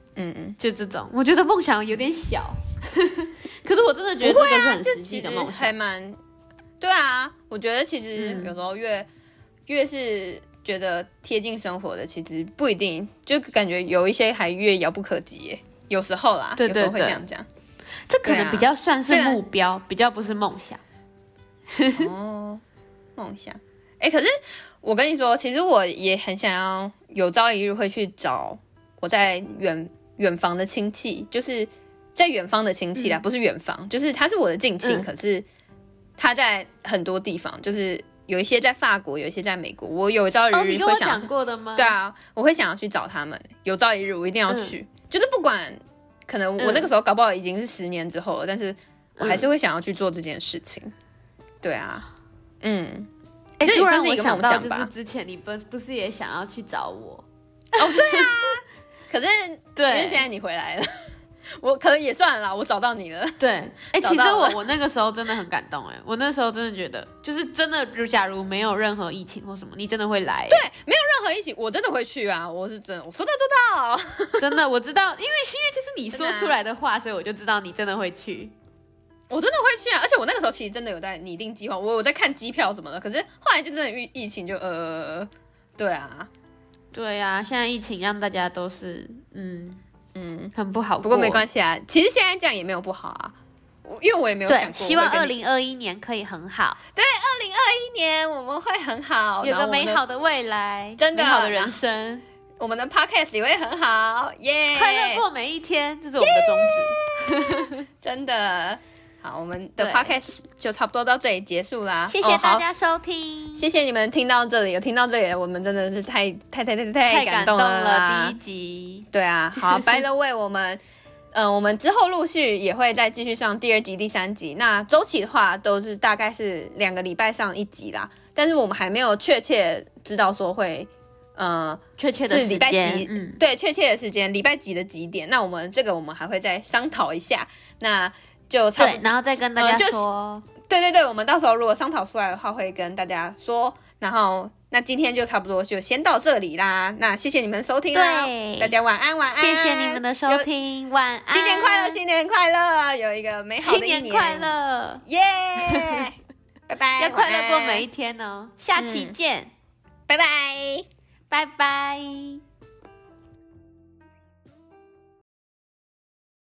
就这种，我觉得梦想有点小，可是我真的觉得这个是很实际的梦想， 还蛮，对啊，我觉得其实有时候越是觉得贴近生活的，其实不一定，就感觉有一些还越遥不可及耶，有时候啦， 对， 有时候会这样讲， 这可能比较算是目标，比较不是梦想。 哦，梦想，可是我跟你说，其实我也很想要有朝一日会去找我在远房的亲戚，就是在远方的亲戚啦，不是远房，就是他是我的近亲，可是他在很多地方，就是有一些在法国，有一些在美国。我有朝一日会想， 你跟我讲过的吗？ 对啊，我会想要去找他们。有朝一日我一定要去，就是不管可能我那个时候搞不好已经是10年之后了，但是我还是会想要去做这件事情。对啊， 突然我想到，就是之前你不是也想要去找我？ 哦，对啊。可是，对，因为现在你回来了，我可能也算了啦，我找到你了。 对，其实我那个时候真的很感动，我那时候真的觉得，就是真的，假如没有任何疫情或什么，你真的会来。 对，没有任何疫情，我真的会去啊！我是真的，我说到做到。真的，我知道，因为就是你说出来的话，所以我就知道你真的会去。 我真的会去啊！而且我那个时候其实真的有在拟定计划，我有在看机票什么的。可是后来就真的疫情就对啊。 对啊，现在疫情让大家都是很不好过。 不过没关系啊，其实现在这样也没有不好啊，因为我也没有想过。 希望2021年可以很好。 对，2021年我们会很好， 有个美好的未来， 真的美好的人生。 我们的 podcast 也会很好，耶！ 快乐过每一天，这是我们的宗旨。 真的。好，我们的 podcast 就差不多到这里结束啦。 谢谢大家收听， 谢谢你们听到这里，有听到这里，我们真的是太感动了啦！ 第一集， 对啊，好，by the way，我们之后陆续也会再继续上第2集、第3集。那周期的话，都是大概是2个礼拜上1集啦，但是我们还没有确切知道说会确切的时间，是礼拜几？ 对，确切的时间，礼拜几的几点？那我们还会再商讨一下。那就差不多， 然后再跟大家说。 对，我们到时候如果商讨出来的话，会跟大家说。然后，那今天就差不多就先到这里啦。那谢谢你们收听啦，大家晚安，晚安。 谢谢你们的收听，晚安。 新年快乐，新年快乐，有一个美好的一年。 新年快乐， 耶！拜拜， 要快乐过每一天哦。下期见， 拜拜， 拜拜。